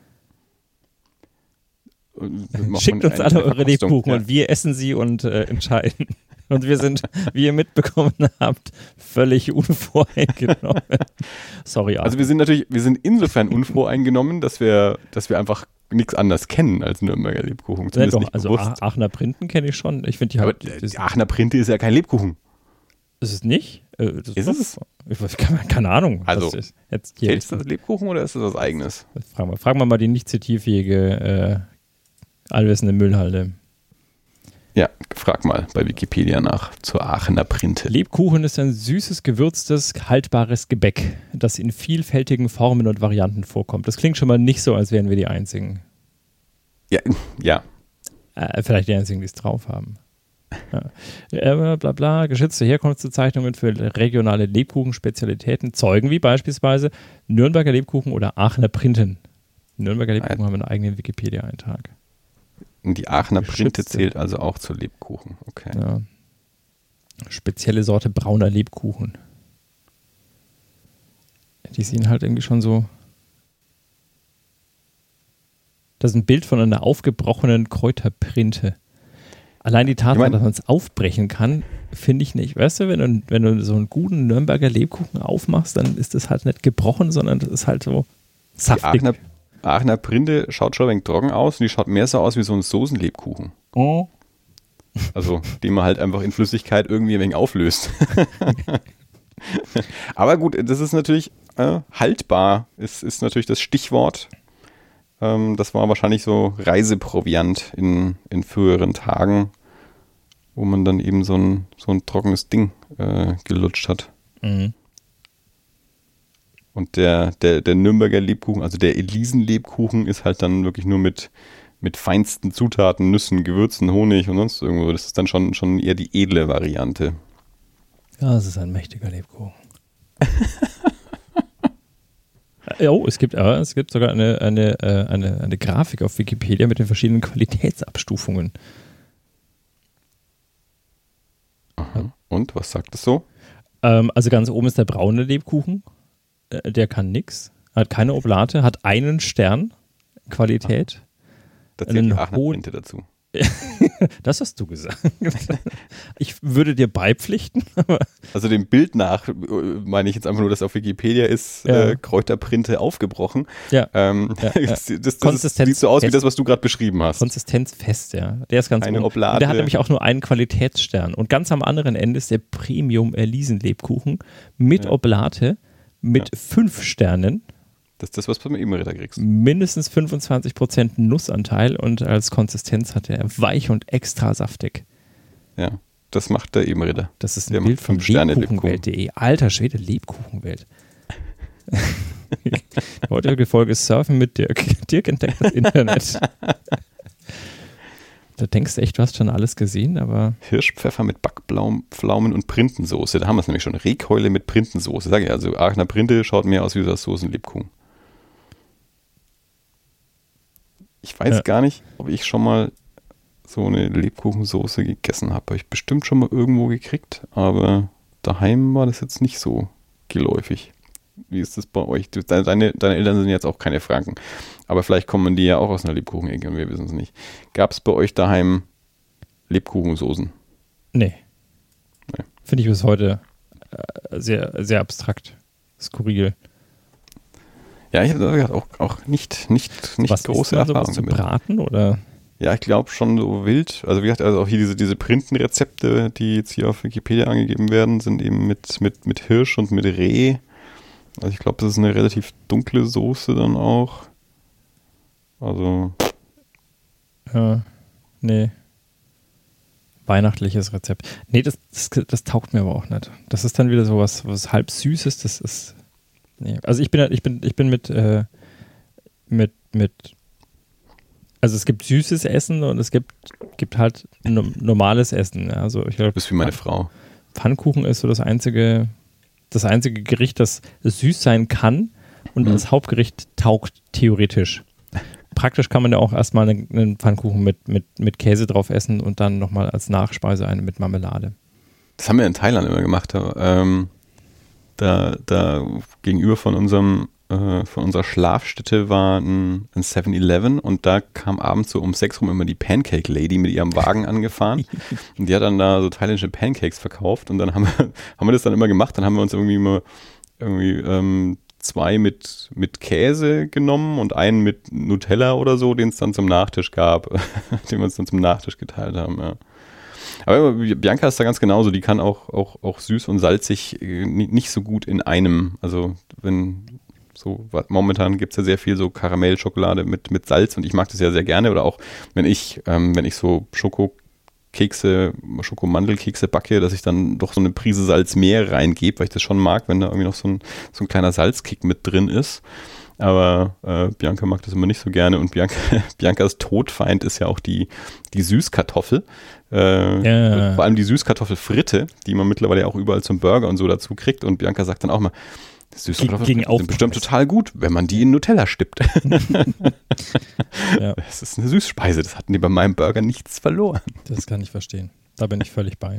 Schickt uns alle eure Lebkuchen und wir essen sie und entscheiden. Und wir sind, wie ihr mitbekommen habt, völlig unvoreingenommen. Sorry. Also wir sind insofern unvoreingenommen, dass wir einfach nichts anderes kennen als Nürnberger Lebkuchen. Zumindest nicht also bewusst. Aachener Printen kenne ich schon. Ich finde aber die Aachener Printe ist ja kein Lebkuchen. Ist es nicht? Ist es? Keine Ahnung. Also, ist das Lebkuchen oder ist das was Eigenes? Fragen wir mal die nicht zitierfähige allwissende Müllhalde. Ja, frag mal bei Wikipedia nach zur Aachener Printe. Lebkuchen ist ein süßes, gewürztes, haltbares Gebäck, das in vielfältigen Formen und Varianten vorkommt. Das klingt schon mal nicht so, als wären wir die Einzigen. Ja. Vielleicht die Einzigen, die es drauf haben. Ja. Bla, geschützte Herkunftsbezeichnungen für regionale Lebkuchenspezialitäten zeugen wie beispielsweise Nürnberger Lebkuchen oder Aachener Printen. Nürnberger Lebkuchen haben einen eigenen Wikipedia-Eintrag. Die Aachener Printe zählt also auch zu Lebkuchen. Okay. Ja. Spezielle Sorte brauner Lebkuchen. Die sehen halt irgendwie schon so. Das ist ein Bild von einer aufgebrochenen Kräuterprinte. Allein die Tatsache, dass man es aufbrechen kann, finde ich nicht. Weißt du, wenn du so einen guten Nürnberger Lebkuchen aufmachst, dann ist das halt nicht gebrochen, sondern das ist halt so saftig. Die Aachener Printe schaut schon ein wenig trocken aus und die schaut mehr so aus wie so ein Soßenlebkuchen. Oh. Also, den man halt einfach in Flüssigkeit irgendwie ein wenig auflöst. Aber gut, das ist natürlich haltbar, ist natürlich das Stichwort. Das war wahrscheinlich so Reiseproviant in früheren Tagen, wo man dann eben so ein trockenes Ding gelutscht hat. Mhm. Und der Nürnberger Lebkuchen, also der Elisen-Lebkuchen, ist halt dann wirklich nur mit mit feinsten Zutaten, Nüssen, Gewürzen, Honig und sonst irgendwo. Das ist dann schon eher die edle Variante. Ja, es ist ein mächtiger Lebkuchen. Oh, es gibt sogar eine Grafik auf Wikipedia mit den verschiedenen Qualitätsabstufungen. Aha. Und, was sagt es so? Also ganz oben ist der braune Lebkuchen. Der kann nix. Hat keine Oblate, hat einen Stern Qualität. Da zählt die Aachener Printe dazu. Das hast du gesagt. Ich würde dir beipflichten. Also dem Bild nach meine ich jetzt einfach nur, dass auf Wikipedia ist Kräuterprinte aufgebrochen. Ja. Das sieht so aus wie das, was du gerade beschrieben hast. Konsistenzfest, ja. Der ist ganz eine Oblate. Und der hat nämlich auch nur einen Qualitätsstern. Und ganz am anderen Ende ist der Premium-Erlisen-Lebkuchen mit Oblate mit 5 Sternen. Das ist das, was du beim Ebenritter kriegst. Mindestens 25% Nussanteil und als Konsistenz hat er weich und extra saftig. Ja, das macht der Ebenritter. Das ist ein Bild von Lebkuchenwelt.de. Alter Schwede, Lebkuchenwelt. Die heutige Folge ist Surfen mit Dirk. Dirk entdeckt das Internet. Da denkst du echt, du hast schon alles gesehen, aber... Hirschpfeffer mit Backpflaumen und Printensoße. Da haben wir es nämlich schon. Rehkeule mit Printensoße. Sag ich also, Aachener Printe schaut mehr aus wie das Soßenlebkuchen. Ich weiß gar nicht, ob ich schon mal so eine Lebkuchensoße gegessen habe. Habe ich bestimmt schon mal irgendwo gekriegt, aber daheim war das jetzt nicht so geläufig. Wie ist das bei euch? Deine Eltern sind jetzt auch keine Franken, aber vielleicht kommen die ja auch aus einer Lebkuchenecke und wir wissen es nicht. Gab es bei euch daheim Lebkuchensoßen? Nee. Finde ich bis heute sehr, sehr abstrakt, skurril. Ja, ich hatte auch nicht große Erfahrung damit. Braten oder? Ja, ich glaube schon so wild. Also wie gesagt, also auch hier diese Printenrezepte, die jetzt hier auf Wikipedia angegeben werden, sind eben mit Hirsch und mit Reh. Also ich glaube, das ist eine relativ dunkle Soße dann auch. Also. Ja, nee. Weihnachtliches Rezept. Nee, das taugt mir aber auch nicht. Das ist dann wieder so was halb Süßes, das ist. Nee. Also ich bin mit also es gibt süßes Essen und es gibt halt normales Essen. Also ich glaube, du bist wie meine Frau. Pfannkuchen ist so das einzige Gericht, das süß sein kann und als Hauptgericht taugt theoretisch. Praktisch kann man ja auch erstmal einen Pfannkuchen mit Käse drauf essen und dann nochmal als Nachspeise eine mit Marmelade. Das haben wir in Thailand immer gemacht. Da gegenüber von unserer Schlafstätte war ein 7-Eleven und da kam abends so um 6 rum immer die Pancake Lady mit ihrem Wagen angefahren und die hat dann da so thailändische Pancakes verkauft und dann haben wir das dann immer gemacht, dann haben wir uns irgendwie 2 mit Käse genommen und einen mit Nutella oder so, den es dann zum Nachtisch gab, den wir uns dann zum Nachtisch geteilt haben, ja. Aber Bianca ist da ganz genauso, die kann auch süß und salzig nicht so gut in einem, also momentan gibt es ja sehr viel so Karamellschokolade mit Salz und ich mag das ja sehr gerne oder auch wenn ich so Schokomandelkekse backe, dass ich dann doch so eine Prise Salz mehr reingebe, weil ich das schon mag, wenn da irgendwie noch so ein kleiner Salzkick mit drin ist. Aber Bianca mag das immer nicht so gerne und Biancas Todfeind ist ja auch die Süßkartoffel. Vor allem die Süßkartoffelfritte, die man mittlerweile auch überall zum Burger und so dazu kriegt. Und Bianca sagt dann auch mal, Süßkartoffeln sind bestimmt total gut, wenn man die in Nutella stippt. Ja. Das ist eine Süßspeise, das hatten die bei meinem Burger nichts verloren. Das kann ich verstehen. Da bin ich völlig bei.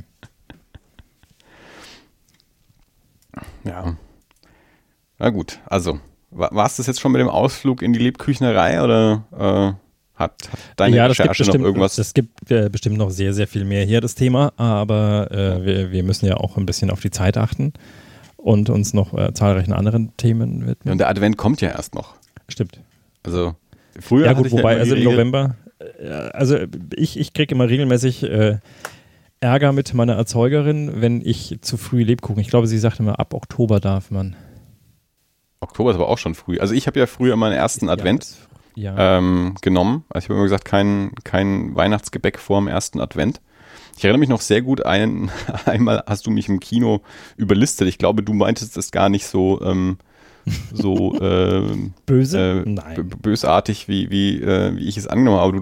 Ja. Na gut, also war es das jetzt schon mit dem Ausflug in die Lebküchnerei oder hat deine Recherche noch irgendwas? Es gibt bestimmt noch sehr, sehr viel mehr hier, das Thema, aber wir müssen ja auch ein bisschen auf die Zeit achten und uns noch zahlreichen anderen Themen widmen. Und der Advent kommt ja erst noch. Stimmt. Also früher ja gut, wobei, also im November, also ich kriege immer regelmäßig Ärger mit meiner Erzeugerin, wenn ich zu früh Lebkuchen. Ich glaube, sie sagt immer, ab Oktober darf man. Oktober ist aber auch schon früh. Also ich habe ja früher meinen ersten Advent genommen. Also ich habe immer gesagt, kein Weihnachtsgebäck vor dem ersten Advent. Ich erinnere mich noch sehr gut, einmal hast du mich im Kino überlistet. Ich glaube, du meintest es gar nicht so so Böse? Nein. Bösartig, wie ich es angenommen habe.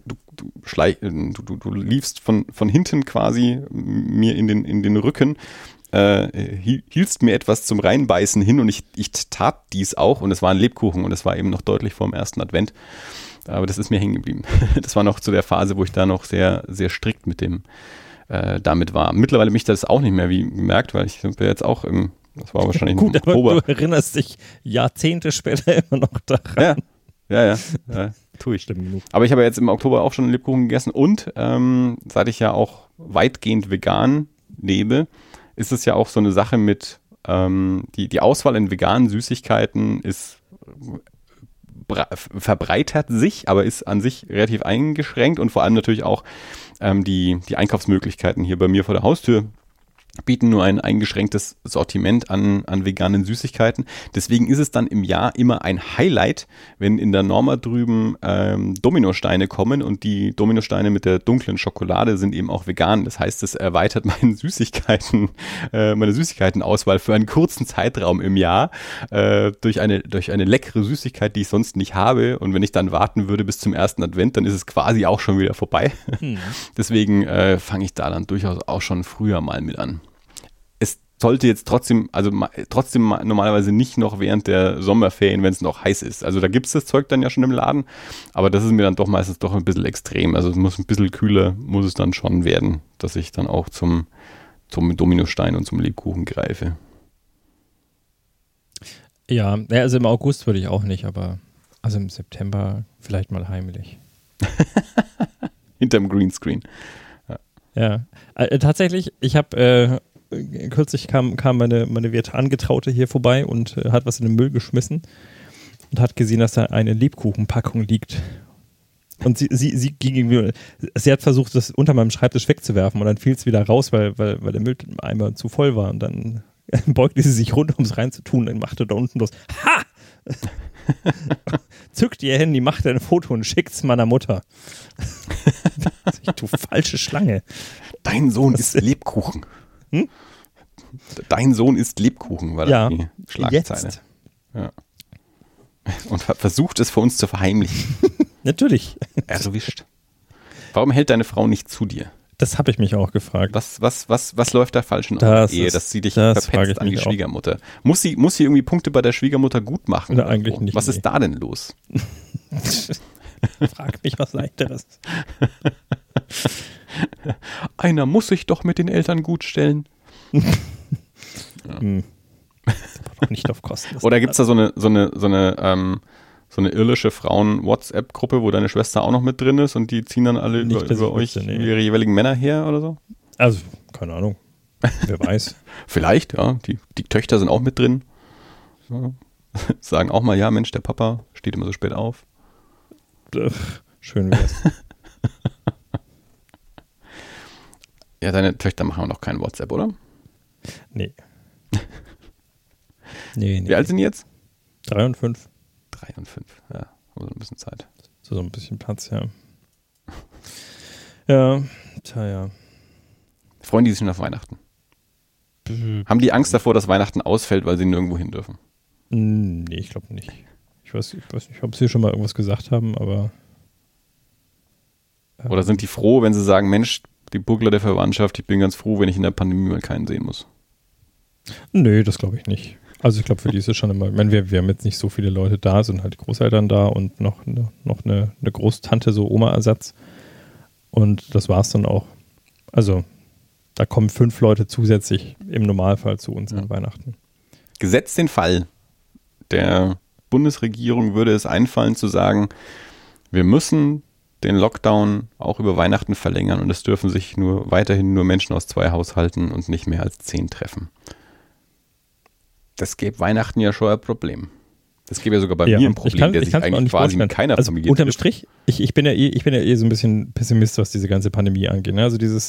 Du liefst von hinten quasi mir in den Rücken, hieltst mir etwas zum Reinbeißen hin und ich tat dies auch und es war ein Lebkuchen und es war eben noch deutlich vor dem ersten Advent. Aber das ist mir hängen geblieben. Das war noch zu der Phase, wo ich da noch sehr, sehr strikt mit damit war. Mittlerweile mich das auch nicht mehr wie gemerkt, weil ich bin jetzt auch das war wahrscheinlich Gut, im Oktober. Aber du erinnerst dich Jahrzehnte später immer noch daran. Ja, tue ich. Stimmt genug. Aber ich habe jetzt im Oktober auch schon einen Lebkuchen gegessen und seit ich ja auch weitgehend vegan lebe, ist es ja auch so eine Sache mit, die Auswahl in veganen Süßigkeiten ist verbreitert sich, aber ist an sich relativ eingeschränkt und vor allem natürlich auch die Einkaufsmöglichkeiten hier bei mir vor der Haustür bieten nur ein eingeschränktes Sortiment an veganen Süßigkeiten. Deswegen ist es dann im Jahr immer ein Highlight, wenn in der Norma drüben Dominosteine kommen und die Dominosteine mit der dunklen Schokolade sind eben auch vegan. Das heißt, es erweitert meine Süßigkeitenauswahl für einen kurzen Zeitraum im Jahr durch eine leckere Süßigkeit, die ich sonst nicht habe. Und wenn ich dann warten würde bis zum ersten Advent, dann ist es quasi auch schon wieder vorbei. Deswegen fange ich da dann durchaus auch schon früher mal mit an. Sollte jetzt trotzdem normalerweise nicht noch während der Sommerferien, wenn es noch heiß ist. Also da gibt es das Zeug dann ja schon im Laden, aber das ist mir dann doch meistens doch ein bisschen extrem. Also es muss ein bisschen kühler, muss es dann schon werden, dass ich dann auch zum Dominostein und zum Lebkuchen greife. Ja, also im August würde ich auch nicht, aber also im September vielleicht mal heimlich. Hinterm Greenscreen. Ja, tatsächlich, ich habe kürzlich kam meine werte Angetraute hier vorbei und hat was in den Müll geschmissen und hat gesehen, dass da eine Lebkuchenpackung liegt. Und sie hat versucht, das unter meinem Schreibtisch wegzuwerfen und dann fiel es wieder raus, weil der Mülleimer zu voll war. Und dann beugte sie sich runter, um es reinzutun und machte da unten los. Ha! Zückt ihr Handy, macht ein Foto und schickt es meiner Mutter. Du falsche Schlange. Dein Sohn isst Lebkuchen. Dein Sohn isst Lebkuchen, war das die Schlagzeile. Jetzt. Ja. Und versucht es vor uns zu verheimlichen. Natürlich. Erwischt. Warum hält deine Frau nicht zu dir? Das habe ich mich auch gefragt. Was läuft da falsch in eurer Ehe, dass sie dich verpetzt an die Schwiegermutter? Muss sie irgendwie Punkte bei der Schwiegermutter gut machen? Oder eigentlich nicht. Was ist da denn los? Frag mich was Leichteres. Einer muss sich doch mit den Eltern gut stellen. Ja. Doch nicht auf Kosten. Oder gibt es da so eine irdische Frauen-WhatsApp-Gruppe, wo deine Schwester auch noch mit drin ist und die ziehen dann alle über euch ihre jeweiligen Männer her oder so? Also, keine Ahnung. Wer weiß. Vielleicht, ja. Die Töchter sind auch mit drin. Ja. Sagen auch mal, ja Mensch, der Papa steht immer so spät auf. Schön wär's. Ja, deine Töchter machen auch noch kein WhatsApp, oder? Nee. Nee. Wie alt sind die jetzt? 3 und 5. 3 und 5, ja. Haben so ein bisschen Zeit. So ein bisschen Platz, ja. Ja, ja. Freuen die sich schon auf Weihnachten? Haben die Angst davor, dass Weihnachten ausfällt, weil sie nirgendwo hin dürfen? Nee, ich glaube nicht. Ich weiß nicht, ob sie schon mal irgendwas gesagt haben, aber... Oder sind die froh, wenn sie sagen, Mensch, die Buckler der Verwandtschaft, ich bin ganz froh, wenn ich in der Pandemie mal keinen sehen muss? Nee, das glaube ich nicht. Also ich glaube, für die ist es schon immer, ich meine, wir haben jetzt nicht so viele Leute da, sind halt die Großeltern da und noch eine Großtante, so Oma-Ersatz. Und das war's dann auch. Also da kommen 5 Leute zusätzlich im Normalfall zu uns an Weihnachten. Gesetzt den Fall, der Bundesregierung würde es einfallen zu sagen, wir müssen den Lockdown auch über Weihnachten verlängern und es dürfen sich weiterhin nur Menschen aus 2 Haushalten und nicht mehr als 10 treffen. Das gäbe Weihnachten ja schon ein Problem. Das gäbe ja sogar bei mir ein Problem, der sich eigentlich quasi mit keiner Familie unterm Strich, ich bin ja eh so ein bisschen Pessimist, was diese ganze Pandemie angeht. Ne? Also dieses,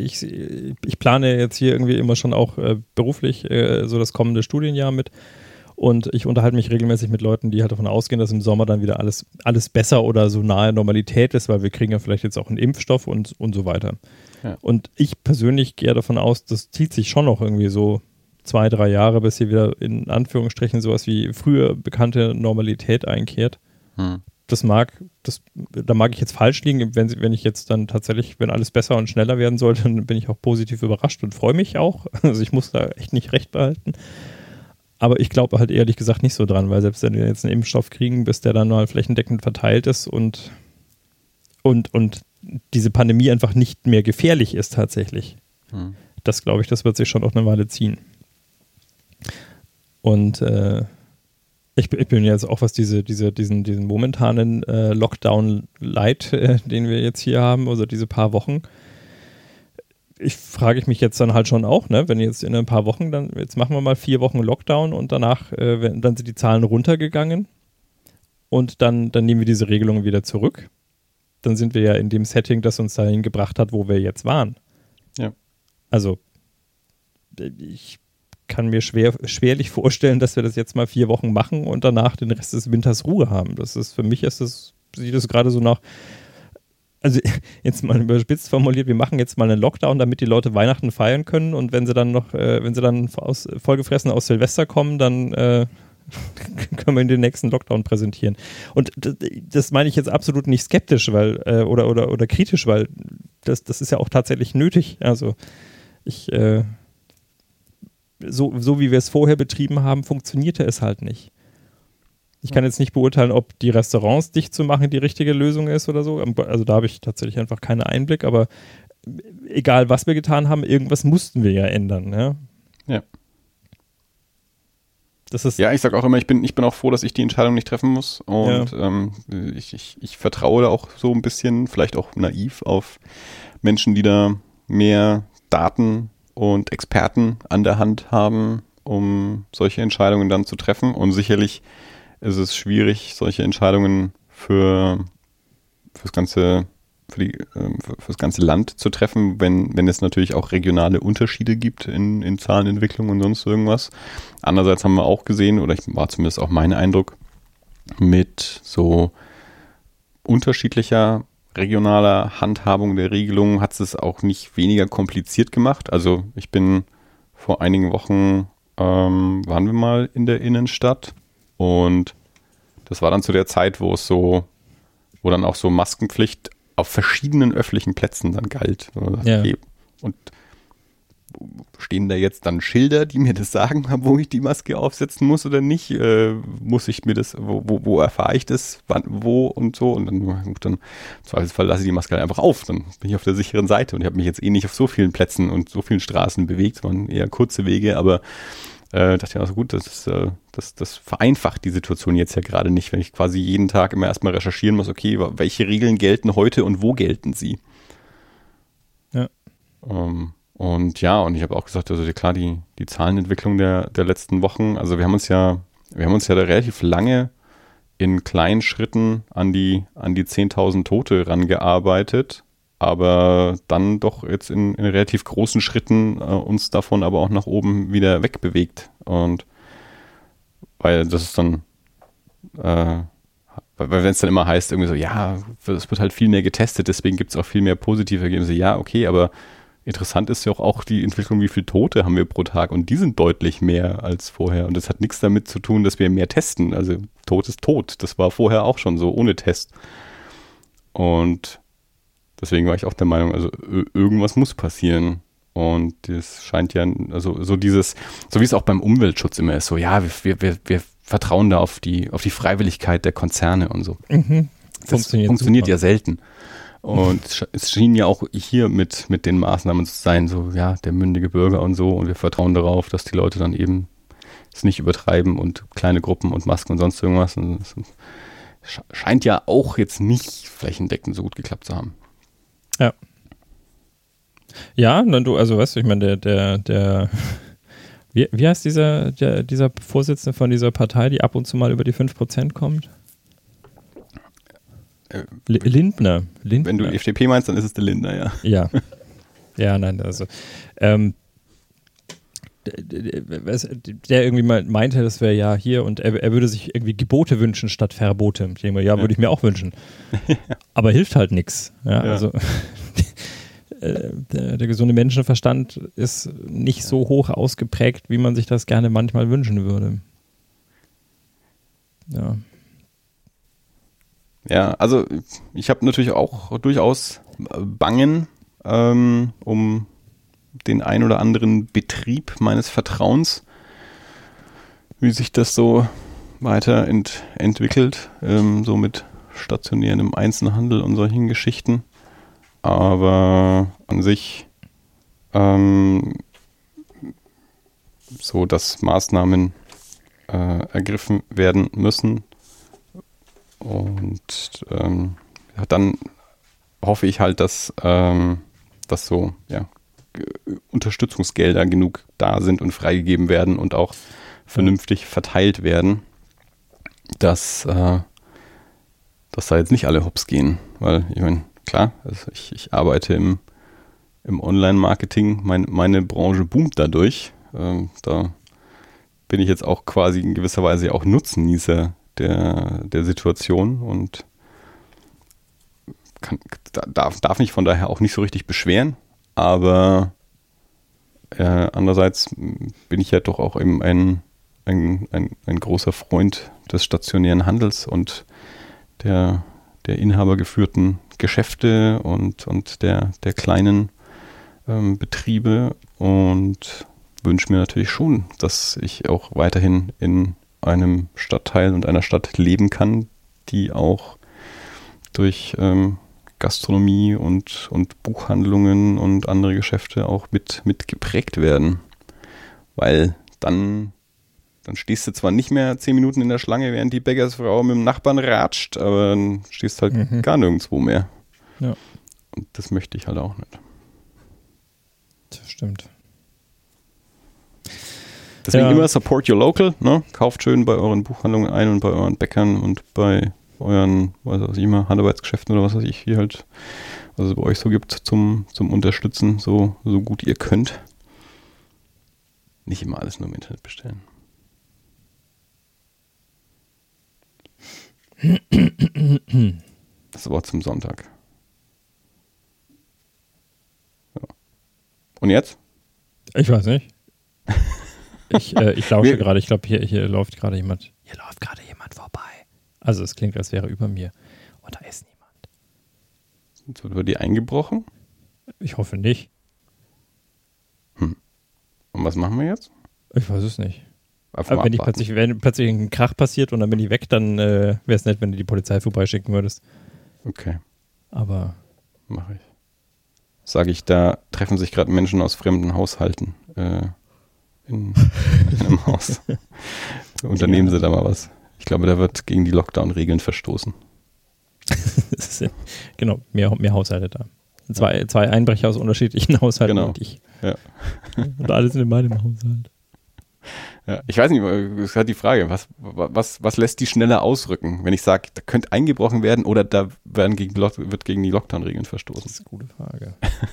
ich plane jetzt hier irgendwie immer schon auch beruflich so das kommende Studienjahr mit Und ich unterhalte mich regelmäßig mit Leuten, die halt davon ausgehen, dass im Sommer dann wieder alles besser oder so nahe Normalität ist, weil wir kriegen ja vielleicht jetzt auch einen Impfstoff und so weiter. Ja. Und ich persönlich gehe davon aus, das zieht sich schon noch irgendwie so 2-3 Jahre, bis hier wieder in Anführungsstrichen sowas wie früher bekannte Normalität einkehrt. Da mag ich jetzt falsch liegen, wenn ich jetzt dann tatsächlich, wenn alles besser und schneller werden sollte, dann bin ich auch positiv überrascht und freue mich auch. Also ich muss da echt nicht recht behalten. Aber ich glaube halt ehrlich gesagt nicht so dran, weil selbst wenn wir jetzt einen Impfstoff kriegen, bis der dann mal flächendeckend verteilt ist und diese Pandemie einfach nicht mehr gefährlich ist tatsächlich. Das glaube ich, das wird sich schon noch eine Weile ziehen. Und ich bin jetzt auch, was diesen momentanen Lockdown-Light, den wir jetzt hier haben, also diese paar Wochen, frage ich mich jetzt dann halt schon auch, ne, wenn jetzt in ein paar Wochen, dann jetzt machen wir mal 4 Wochen Lockdown und danach, dann sind die Zahlen runtergegangen und dann nehmen wir diese Regelungen wieder zurück. Dann sind wir ja in dem Setting, das uns dahin gebracht hat, wo wir jetzt waren. Ja. Also ich kann mir schwerlich vorstellen, dass wir das jetzt mal 4 Wochen machen und danach den Rest des Winters Ruhe haben. Für mich sieht das gerade so nach, also jetzt mal überspitzt formuliert, wir machen jetzt mal einen Lockdown, damit die Leute Weihnachten feiern können und wenn sie dann vollgefressen aus Silvester kommen, dann können wir den nächsten Lockdown präsentieren. Und das meine ich jetzt absolut nicht skeptisch, weil oder kritisch, weil das ist ja auch tatsächlich nötig. Also so wie wir es vorher betrieben haben, funktionierte es halt nicht. Ich kann jetzt nicht beurteilen, ob die Restaurants dicht zu machen die richtige Lösung ist oder so. Also da habe ich tatsächlich einfach keinen Einblick, aber egal, was wir getan haben, irgendwas mussten wir ja ändern. Ja. Ja, ich sage auch immer, ich bin auch froh, dass ich die Entscheidung nicht treffen muss und ich vertraue da auch so ein bisschen, vielleicht auch naiv, auf Menschen, die da mehr Daten und Experten an der Hand haben, um solche Entscheidungen dann zu treffen. Und sicherlich ist es schwierig, solche Entscheidungen fürs ganze Land zu treffen, wenn es natürlich auch regionale Unterschiede gibt in Zahlenentwicklung und sonst irgendwas. Andererseits haben wir auch gesehen, oder war zumindest auch mein Eindruck, mit so unterschiedlicher regionaler Handhabung der Regelungen hat es auch nicht weniger kompliziert gemacht. Also ich bin vor einigen Wochen, waren wir mal in der Innenstadt und das war dann zu der Zeit, wo dann auch so Maskenpflicht auf verschiedenen öffentlichen Plätzen dann galt. Okay. Und stehen da jetzt dann Schilder, die mir das sagen, wo ich die Maske aufsetzen muss oder nicht? Muss ich mir das, wo erfahre ich das, wann, wo und so? Und dann im Zweifelsfall lasse ich die Maske halt einfach auf. Dann bin ich auf der sicheren Seite und ich habe mich jetzt nicht auf so vielen Plätzen und so vielen Straßen bewegt. Es waren eher kurze Wege, aber dachte ich, also gut, das vereinfacht die Situation jetzt ja gerade nicht, wenn ich quasi jeden Tag immer erstmal recherchieren muss, okay, welche Regeln gelten heute und wo gelten sie? Ja. Und ich habe auch gesagt, also klar, die Zahlenentwicklung der letzten Wochen, also wir haben uns ja da relativ lange in kleinen Schritten an die 10.000 Tote rangearbeitet, aber dann doch jetzt in relativ großen Schritten uns davon aber auch nach oben wieder wegbewegt. Und weil das ist dann, weil wenn es dann immer heißt, irgendwie so, ja, es wird halt viel mehr getestet, deswegen gibt es auch viel mehr positive Ergebnisse. Ja, okay, aber interessant ist ja auch die Entwicklung, wie viele Tote haben wir pro Tag und die sind deutlich mehr als vorher. Und das hat nichts damit zu tun, dass wir mehr testen. Also Tod ist tot. Das war vorher auch schon so, ohne Test. Und deswegen war ich auch der Meinung, also irgendwas muss passieren. Und das scheint ja, also so wie es auch beim Umweltschutz immer ist, so ja, wir vertrauen da auf die Freiwilligkeit der Konzerne und so. Mhm. Das funktioniert ja selten. Und es schien ja auch hier mit den Maßnahmen zu sein, so ja, der mündige Bürger und so. Und wir vertrauen darauf, dass die Leute dann eben es nicht übertreiben und kleine Gruppen und Masken und sonst irgendwas. Und es scheint ja auch jetzt nicht flächendeckend so gut geklappt zu haben. Ja. Ja, dann also weißt du, ich meine, der wie heißt dieser Vorsitzende von dieser Partei, die ab und zu mal über die 5% kommt? Lindner. Wenn du FDP meinst, dann ist es der Lindner, ja. Ja. Ja, nein, also der irgendwie mal meinte, das wäre ja hier und er würde sich irgendwie Gebote wünschen statt Verbote. Ich denke mal, ja, würde ich mir auch wünschen. Aber hilft halt nichts. Ja, also der gesunde Menschenverstand ist nicht so hoch ausgeprägt, wie man sich das gerne manchmal wünschen würde. Ja. Ja, also ich habe natürlich auch durchaus Bangen um den ein oder anderen Betrieb meines Vertrauens, wie sich das so weiter entwickelt, so mit stationierendem Einzelhandel und solchen Geschichten. Aber an sich so, dass Maßnahmen ergriffen werden müssen. Und dann hoffe ich halt, dass so Unterstützungsgelder genug da sind und freigegeben werden und auch vernünftig verteilt werden, dass da jetzt nicht alle hops gehen. Weil, ich meine, klar, also ich arbeite im Online-Marketing, meine Branche boomt dadurch. Da bin ich jetzt auch quasi in gewisser Weise auch Nutznießer der Situation und darf mich von daher auch nicht so richtig beschweren. Aber andererseits bin ich ja doch auch eben ein großer Freund des stationären Handels und der inhabergeführten Geschäfte und der kleinen Betriebe und wünsche mir natürlich schon, dass ich auch weiterhin in einem Stadtteil und einer Stadt leben kann, die auch durch Gastronomie und Buchhandlungen und andere Geschäfte auch mit geprägt werden. Weil dann stehst du zwar nicht mehr 10 Minuten in der Schlange, während die Bäckersfrau mit dem Nachbarn ratscht, aber dann stehst halt gar nirgendwo mehr. Ja. Und das möchte ich halt auch nicht. Das stimmt. Deswegen immer support your local, ne? Kauft schön bei euren Buchhandlungen ein und bei euren Bäckern und bei euren, was weiß ich immer, Handarbeitsgeschäften oder was weiß ich, hier halt, was es bei euch so gibt zum Unterstützen, so gut ihr könnt. Nicht immer alles nur im Internet bestellen. Das Wort zum Sonntag. Ja. Und jetzt? Ich weiß nicht. Ich lausche gerade. Ich glaube, hier läuft gerade jemand. Hier läuft gerade jemand vorbei. Also es klingt, als wäre über mir. Und da ist niemand. Wird über die eingebrochen? Ich hoffe nicht. Und was machen wir jetzt? Ich weiß es nicht. Einfach Aber wenn plötzlich ein Krach passiert und dann bin ich weg, dann wäre es nett, wenn du die Polizei vorbeischicken würdest. Okay. Aber mache ich. Sage ich, da treffen sich gerade Menschen aus fremden Haushalten in einem Haus. Unternehmen sie da mal was. Ich glaube, da wird gegen die Lockdown-Regeln verstoßen. Genau, mehr Haushalte da. Zwei Einbrecher aus unterschiedlichen Haushalten genau. Und ich. Ja. Und alle sind in meinem Haushalt. Ja, ich weiß nicht, das ist halt die Frage, was lässt die schneller ausrücken, wenn ich sage, da könnte eingebrochen werden oder da wird gegen die Lockdown-Regeln verstoßen? Das ist eine gute Frage.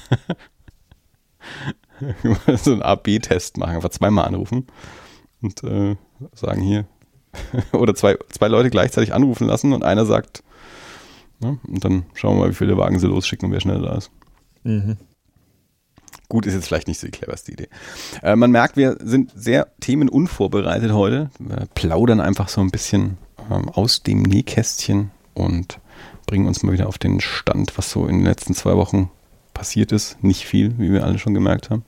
So einen A-B-Test machen, einfach zweimal anrufen und sagen hier, oder zwei Leute gleichzeitig anrufen lassen und einer sagt, ne, und dann schauen wir mal, wie viele Wagen sie losschicken und wer schneller da ist. Mhm. Gut, ist jetzt vielleicht nicht so die cleverste Idee. Man merkt, wir sind sehr themenunvorbereitet heute. Wir plaudern einfach so ein bisschen aus dem Nähkästchen und bringen uns mal wieder auf den Stand, was so in den letzten 2 Wochen passiert ist. Nicht viel, wie wir alle schon gemerkt haben.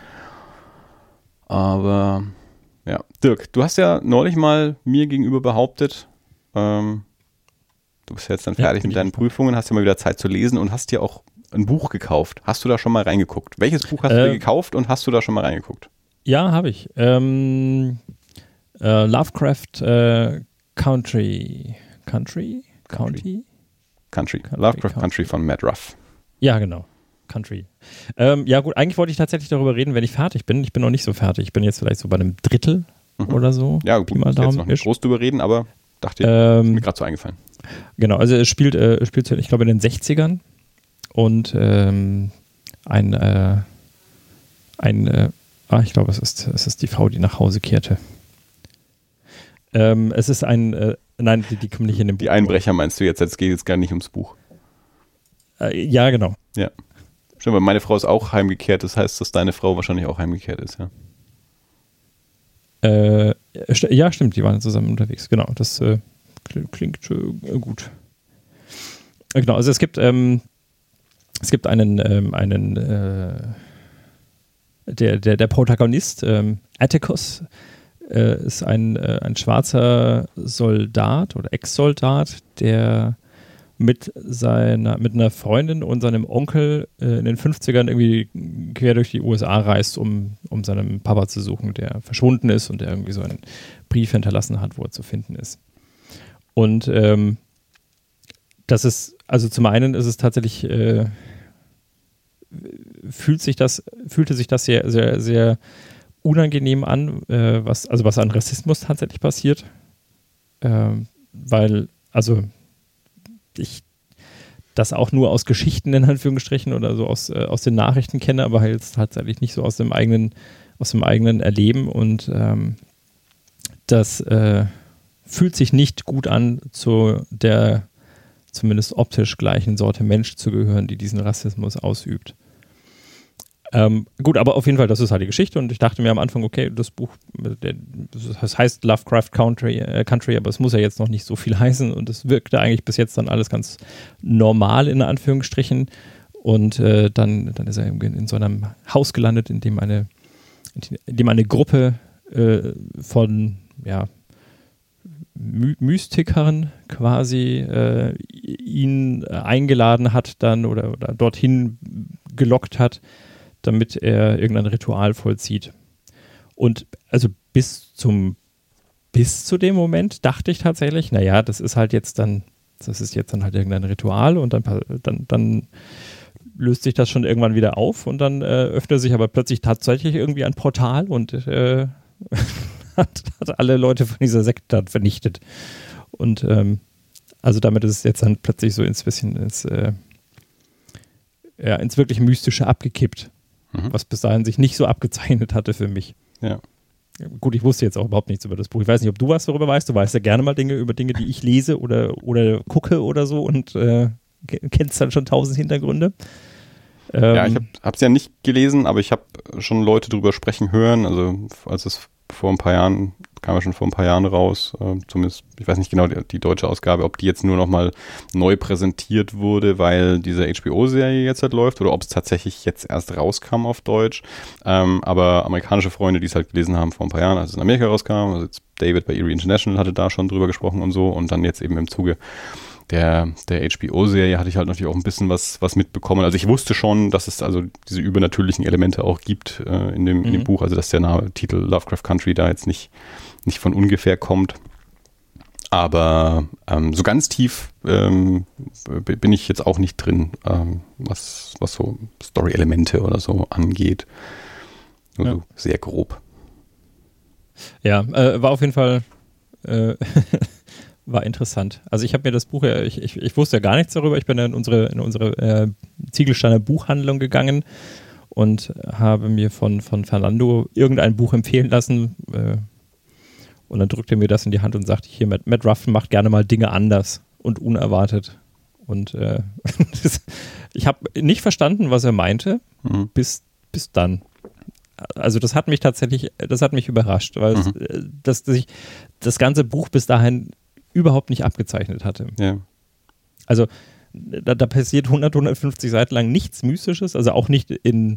Aber ja, Dirk, du hast ja neulich mal mir gegenüber behauptet, du bist jetzt dann fertig mit deinen Prüfungen, hast ja mal wieder Zeit zu lesen und hast dir auch ein Buch gekauft. Hast du da schon mal reingeguckt? Welches Buch hast du dir gekauft und hast du da schon mal reingeguckt? Ja, habe ich. Lovecraft Country. Lovecraft Country von Matt Ruff. Ja, genau. Country. Ja gut, eigentlich wollte ich tatsächlich darüber reden, wenn ich fertig bin. Ich bin noch nicht so fertig. Ich bin jetzt vielleicht so bei einem Drittel oder so. Ja gut, ich jetzt noch nicht groß drüber reden, aber dachte, ist mir gerade so eingefallen. Genau, also es spielt ich glaube, in den 60ern. Und ein Ich glaube, es ist die Frau, die nach Hause kehrte. Es ist nein, die kommen nicht in dem Buch. Die Einbrecher meinst du jetzt? Jetzt geht es gar nicht ums Buch. Ja, genau. Ja. Stimmt, weil meine Frau ist auch heimgekehrt. Das heißt, dass deine Frau wahrscheinlich auch heimgekehrt ist, ja. Ja, stimmt, die waren zusammen unterwegs. Genau, das klingt gut. Genau, also es gibt einen der Protagonist, Atticus, ist ein schwarzer Soldat oder Ex-Soldat, der mit einer Freundin und seinem Onkel in den 50ern irgendwie quer durch die USA reist, um seinen Papa zu suchen, der verschwunden ist und der irgendwie so einen Brief hinterlassen hat, wo er zu finden ist. Und das ist, also zum einen ist es tatsächlich, fühlte sich das sehr, sehr, sehr unangenehm an, was an Rassismus tatsächlich passiert. Weil, also ich das auch nur aus Geschichten in Anführungsstrichen oder so aus den Nachrichten kenne, aber halt tatsächlich nicht so aus dem eigenen Erleben und das fühlt sich nicht gut an, zu der zumindest optisch gleichen Sorte Mensch zu gehören, die diesen Rassismus ausübt. Gut, aber auf jeden Fall, das ist halt die Geschichte und ich dachte mir am Anfang, okay, das Buch, das heißt Lovecraft Country, aber es muss ja jetzt noch nicht so viel heißen und es wirkte eigentlich bis jetzt dann alles ganz normal in Anführungsstrichen und dann ist er in so einem Haus gelandet, in dem eine Gruppe von Mystikern quasi ihn eingeladen hat dann oder dorthin gelockt hat, damit er irgendein Ritual vollzieht. Und also bis zu dem Moment dachte ich tatsächlich, naja, das ist jetzt dann halt irgendein Ritual und dann löst sich das schon irgendwann wieder auf und dann öffnet sich aber plötzlich tatsächlich irgendwie ein Portal und hat alle Leute von dieser Sekte dann vernichtet. Und also damit ist es jetzt dann plötzlich so ins wirklich Mystische abgekippt. Was bis dahin sich nicht so abgezeichnet hatte für mich. Ja. Gut, ich wusste jetzt auch überhaupt nichts über das Buch. Ich weiß nicht, ob du was darüber weißt. Du weißt ja gerne mal Dinge, die ich lese oder gucke oder so und kennst dann schon 1000 Hintergründe. Ja, ich habe es ja nicht gelesen, aber ich habe schon Leute drüber sprechen hören. Also als es kam ja schon vor ein paar Jahren raus, zumindest, ich weiß nicht genau, die deutsche Ausgabe, ob die jetzt nur nochmal neu präsentiert wurde, weil diese HBO-Serie jetzt halt läuft oder ob es tatsächlich jetzt erst rauskam auf Deutsch. Aber amerikanische Freunde, die es halt gelesen haben vor ein paar Jahren, als es in Amerika rauskam, also jetzt David bei Eerie International hatte da schon drüber gesprochen und so und dann jetzt eben im Zuge der HBO-Serie hatte ich halt natürlich auch ein bisschen was mitbekommen. Also ich wusste schon, dass es also diese übernatürlichen Elemente auch gibt in dem Buch, also dass der Titel Lovecraft Country da jetzt nicht von ungefähr kommt. Aber so ganz tief bin ich jetzt auch nicht drin, was so Story-Elemente oder so angeht. Nur so sehr grob. Ja, war auf jeden Fall war interessant. Also ich habe mir das Buch, ich wusste ja gar nichts darüber. Ich bin in unsere Ziegelsteiner Buchhandlung gegangen und habe mir von Fernando irgendein Buch empfehlen lassen. Und dann drückte er mir das in die Hand und sagte, hier, Matt Ruffin macht gerne mal Dinge anders und unerwartet. Und ich habe nicht verstanden, was er meinte, bis dann. Also das hat mich überrascht, weil sich das ganze Buch bis dahin überhaupt nicht abgezeichnet hatte. Ja. Also da passiert 150 Seiten lang nichts Mystisches, also auch nicht in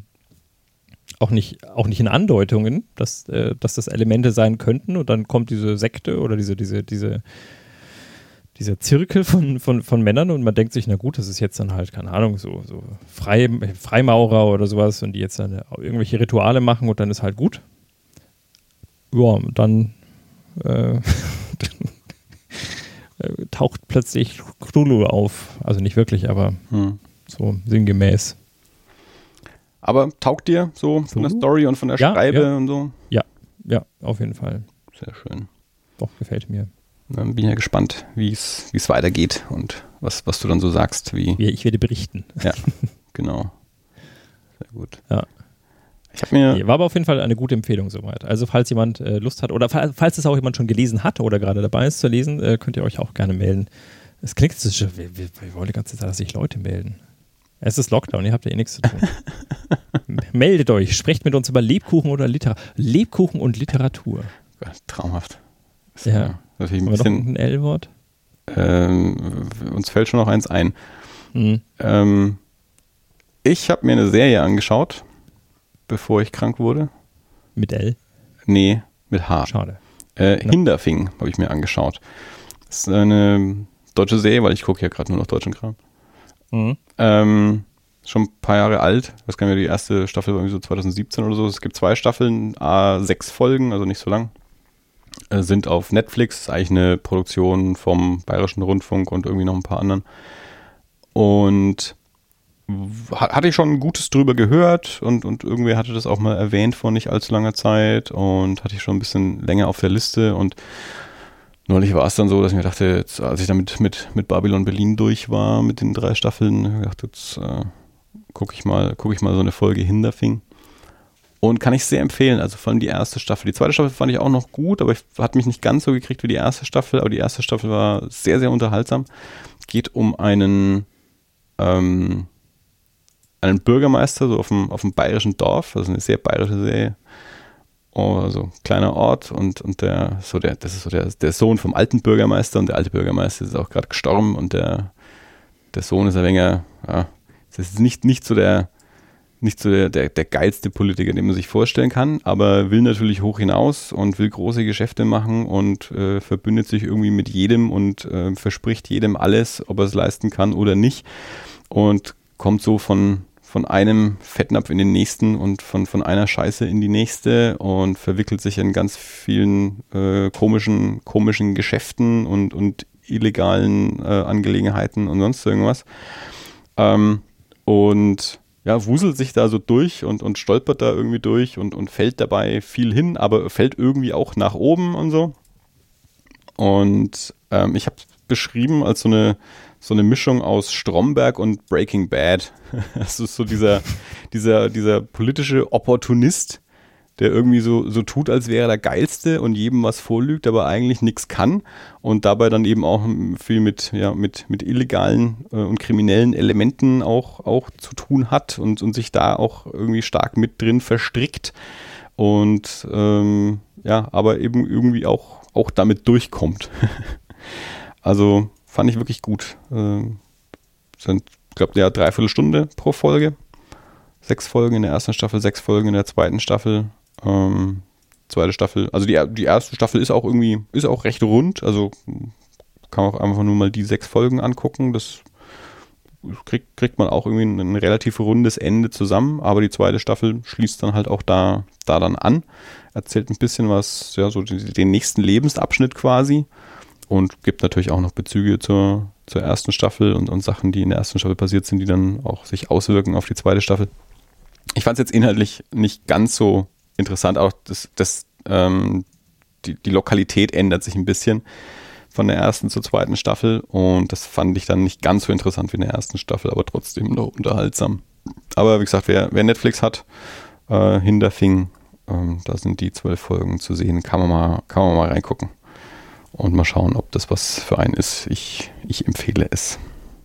Andeutungen, dass das Elemente sein könnten und dann kommt diese Sekte oder dieser Zirkel von Männern und man denkt sich, na gut, das ist jetzt dann halt, keine Ahnung, so Freimaurer oder sowas und die jetzt dann irgendwelche Rituale machen und dann ist halt gut. Ja, und dann taucht plötzlich Cthulhu auf. Also nicht wirklich, aber so sinngemäß. Aber taugt dir so von der Story und von der Schreibe und so? Ja, auf jeden Fall. Sehr schön. Doch, gefällt mir. Dann bin ich ja gespannt, wie es weitergeht und was du dann so sagst. Ich werde berichten. Ja, genau. Sehr gut. Ja. War aber auf jeden Fall eine gute Empfehlung soweit. Also falls jemand Lust hat oder falls es auch jemand schon gelesen hat oder gerade dabei ist zu lesen, könnt ihr euch auch gerne melden. Es klingt, wir wollen die ganze Zeit, dass sich Leute melden. Es ist Lockdown, ihr habt ja eh nichts zu tun. Meldet euch, sprecht mit uns über Lebkuchen oder Lebkuchen und Literatur. Traumhaft. Ja. Haben wir noch ein L-Wort? Uns fällt schon noch eins ein. Mhm. Ich habe mir eine Serie angeschaut, bevor ich krank wurde. Mit L? Nee, mit H. Schade. Hinderfing habe ich mir angeschaut. Das ist eine deutsche Serie, weil ich gucke ja gerade nur noch deutschen Kram. Mhm. Schon ein paar Jahre alt. Ich weiß gar nicht mehr, die erste Staffel war irgendwie so 2017 oder so. Es gibt 2 Staffeln, 6 Folgen, also nicht so lang. Sind auf Netflix, ist eigentlich eine Produktion vom Bayerischen Rundfunk und irgendwie noch ein paar anderen. Und hatte ich schon Gutes drüber gehört und irgendwer hatte das auch mal erwähnt vor nicht allzu langer Zeit und hatte ich schon ein bisschen länger auf der Liste und neulich war es dann so, dass ich mir dachte, jetzt, als ich damit mit Babylon Berlin durch war, mit den 3 Staffeln, dachte jetzt gucke ich mal so eine Folge Hinderfing. Und kann ich sehr empfehlen, also vor allem die erste Staffel. Die zweite Staffel fand ich auch noch gut, aber hat mich nicht ganz so gekriegt wie die erste Staffel, aber die erste Staffel war sehr, sehr unterhaltsam. Geht um einen Bürgermeister, so auf dem bayerischen Dorf, also eine sehr bayerische Serie. Also kleiner Ort und das ist so der Sohn vom alten Bürgermeister und der alte Bürgermeister ist auch gerade gestorben und der Sohn ist ein wenig, ja, das ist nicht so der geilste Politiker, den man sich vorstellen kann, aber will natürlich hoch hinaus und will große Geschäfte machen und verbündet sich irgendwie mit jedem und verspricht jedem alles, ob er es leisten kann oder nicht und kommt so von einem Fettnapf in den nächsten und von einer Scheiße in die nächste und verwickelt sich in ganz vielen komischen Geschäften und illegalen Angelegenheiten und sonst irgendwas. Und ja, wuselt sich da so durch und stolpert da irgendwie durch und fällt dabei viel hin, aber fällt irgendwie auch nach oben und so. Und ich habe es beschrieben als so eine Mischung aus Stromberg und Breaking Bad. Das ist so dieser politische Opportunist, der irgendwie so tut, als wäre er der Geilste und jedem was vorlügt, aber eigentlich nichts kann und dabei dann eben auch viel mit illegalen und kriminellen Elementen auch zu tun hat und sich da auch irgendwie stark mit drin verstrickt und aber eben irgendwie auch damit durchkommt. Also fand ich wirklich gut. Sind, glaube ich, 3/4 Stunde pro Folge. 6 Folgen in der ersten Staffel, 6 Folgen in der zweiten Staffel. Zweite Staffel, also die erste Staffel ist auch recht rund, also kann man auch einfach nur mal die 6 Folgen angucken. Das kriegt man auch irgendwie ein relativ rundes Ende zusammen, aber die zweite Staffel schließt dann halt auch da dann an. Erzählt ein bisschen was, ja, so den nächsten Lebensabschnitt quasi. Und gibt natürlich auch noch Bezüge zur ersten Staffel und Sachen, die in der ersten Staffel passiert sind, die dann auch sich auswirken auf die zweite Staffel. Ich fand es jetzt inhaltlich nicht ganz so interessant, auch die Lokalität ändert sich ein bisschen von der ersten zur zweiten Staffel und das fand ich dann nicht ganz so interessant wie in der ersten Staffel, aber trotzdem noch unterhaltsam. Aber wie gesagt, wer Netflix hat, Hinderfing, da sind die 12 Folgen zu sehen, kann man mal reingucken. Und mal schauen, ob das was für einen ist. Ich empfehle es.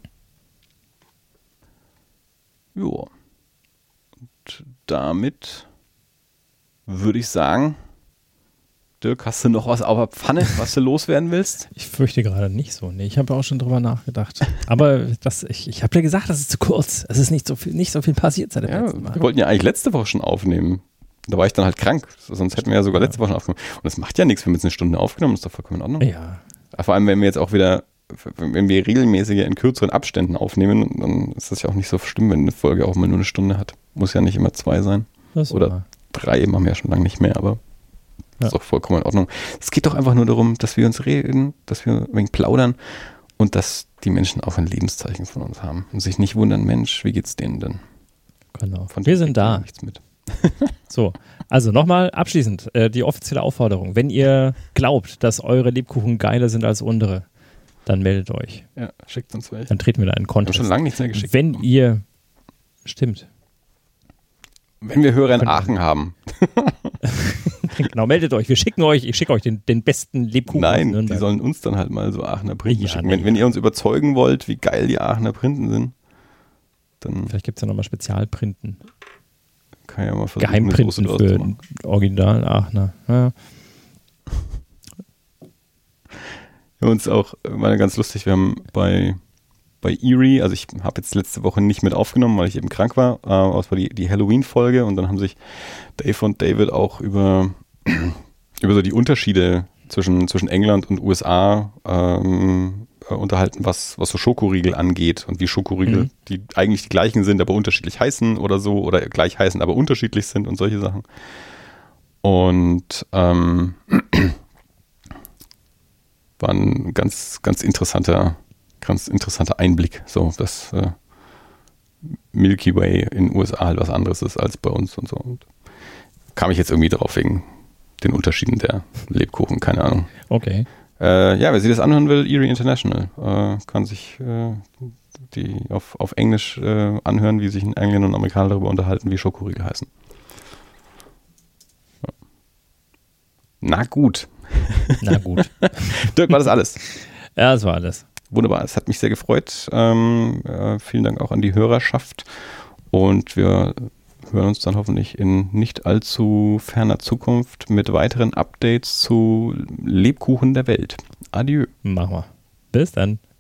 Jo. Und damit würde ich sagen, Dirk, hast du noch was auf der Pfanne, was du loswerden willst? Ich fürchte gerade nicht so. Nee, ich habe auch schon drüber nachgedacht. Aber ich habe ja gesagt, das ist zu kurz. Es ist nicht so viel passiert seit dem letzten Mal. Wir wollten ja eigentlich letzte Woche schon aufnehmen. Da war ich dann halt krank, sonst hätten wir ja sogar letzte Woche schon aufgenommen. Und das macht ja nichts, wir haben jetzt eine Stunde aufgenommen, das ist doch vollkommen in Ordnung. Ja. Vor allem, wenn wir jetzt auch wieder, wenn wir regelmäßiger in kürzeren Abständen aufnehmen, dann ist das ja auch nicht so schlimm, wenn eine Folge auch mal nur eine Stunde hat. Muss ja nicht immer 2 sein. Oder 3, machen wir ja schon lange nicht mehr, aber das ist auch vollkommen in Ordnung. Es geht doch einfach nur darum, dass wir uns reden, dass wir ein wenig plaudern und dass die Menschen auch ein Lebenszeichen von uns haben und sich nicht wundern, Mensch, wie geht's denen denn? Genau. Wir sind da. Nichts mit. So, also nochmal abschließend die offizielle Aufforderung. Wenn ihr glaubt, dass eure Lebkuchen geiler sind als unsere, dann meldet euch. Ja, schickt uns welche. Dann treten wir da in Kontakt. Ich habe schon lange nichts mehr geschickt. Wenn ihr, stimmt. Wenn wir Hörer in Aachen haben. Genau, meldet euch. Ich schicke euch den besten Lebkuchen. Nein, die sollen uns dann halt mal so Aachener Printen schicken. Wenn ihr uns überzeugen wollt, wie geil die Aachener Printen sind, dann... Vielleicht gibt es ja nochmal Spezialprinten. Kann ja mal versuchen, Geheimprinten für Original Aachener. Ja. Wir haben uns auch, war ganz lustig, wir haben bei Erie, also ich habe jetzt letzte Woche nicht mit aufgenommen, weil ich eben krank war, aber es war die Halloween-Folge und dann haben sich Dave und David auch über so die Unterschiede zwischen England und USA unterhalten, was so Schokoriegel angeht und wie Schokoriegel, die eigentlich die gleichen sind, aber unterschiedlich heißen oder so, oder gleich heißen, aber unterschiedlich sind und solche Sachen. Und war ein ganz interessanter Einblick, so dass Milky Way in den USA halt was anderes ist als bei uns und so. Und kam ich jetzt irgendwie drauf wegen den Unterschieden der Lebkuchen, keine Ahnung. Okay. Ja, wer sich das anhören will, Erie International, kann sich die auf Englisch anhören, wie sich Engländer und Amerikaner darüber unterhalten, wie Schokoriegel heißen. Ja. Na gut. Dirk, war das alles? Ja, das war alles. Wunderbar, es hat mich sehr gefreut. Vielen Dank auch an die Hörerschaft und wir hören uns dann hoffentlich in nicht allzu ferner Zukunft mit weiteren Updates zu Lebkuchen der Welt. Adieu. Machen wir. Bis dann.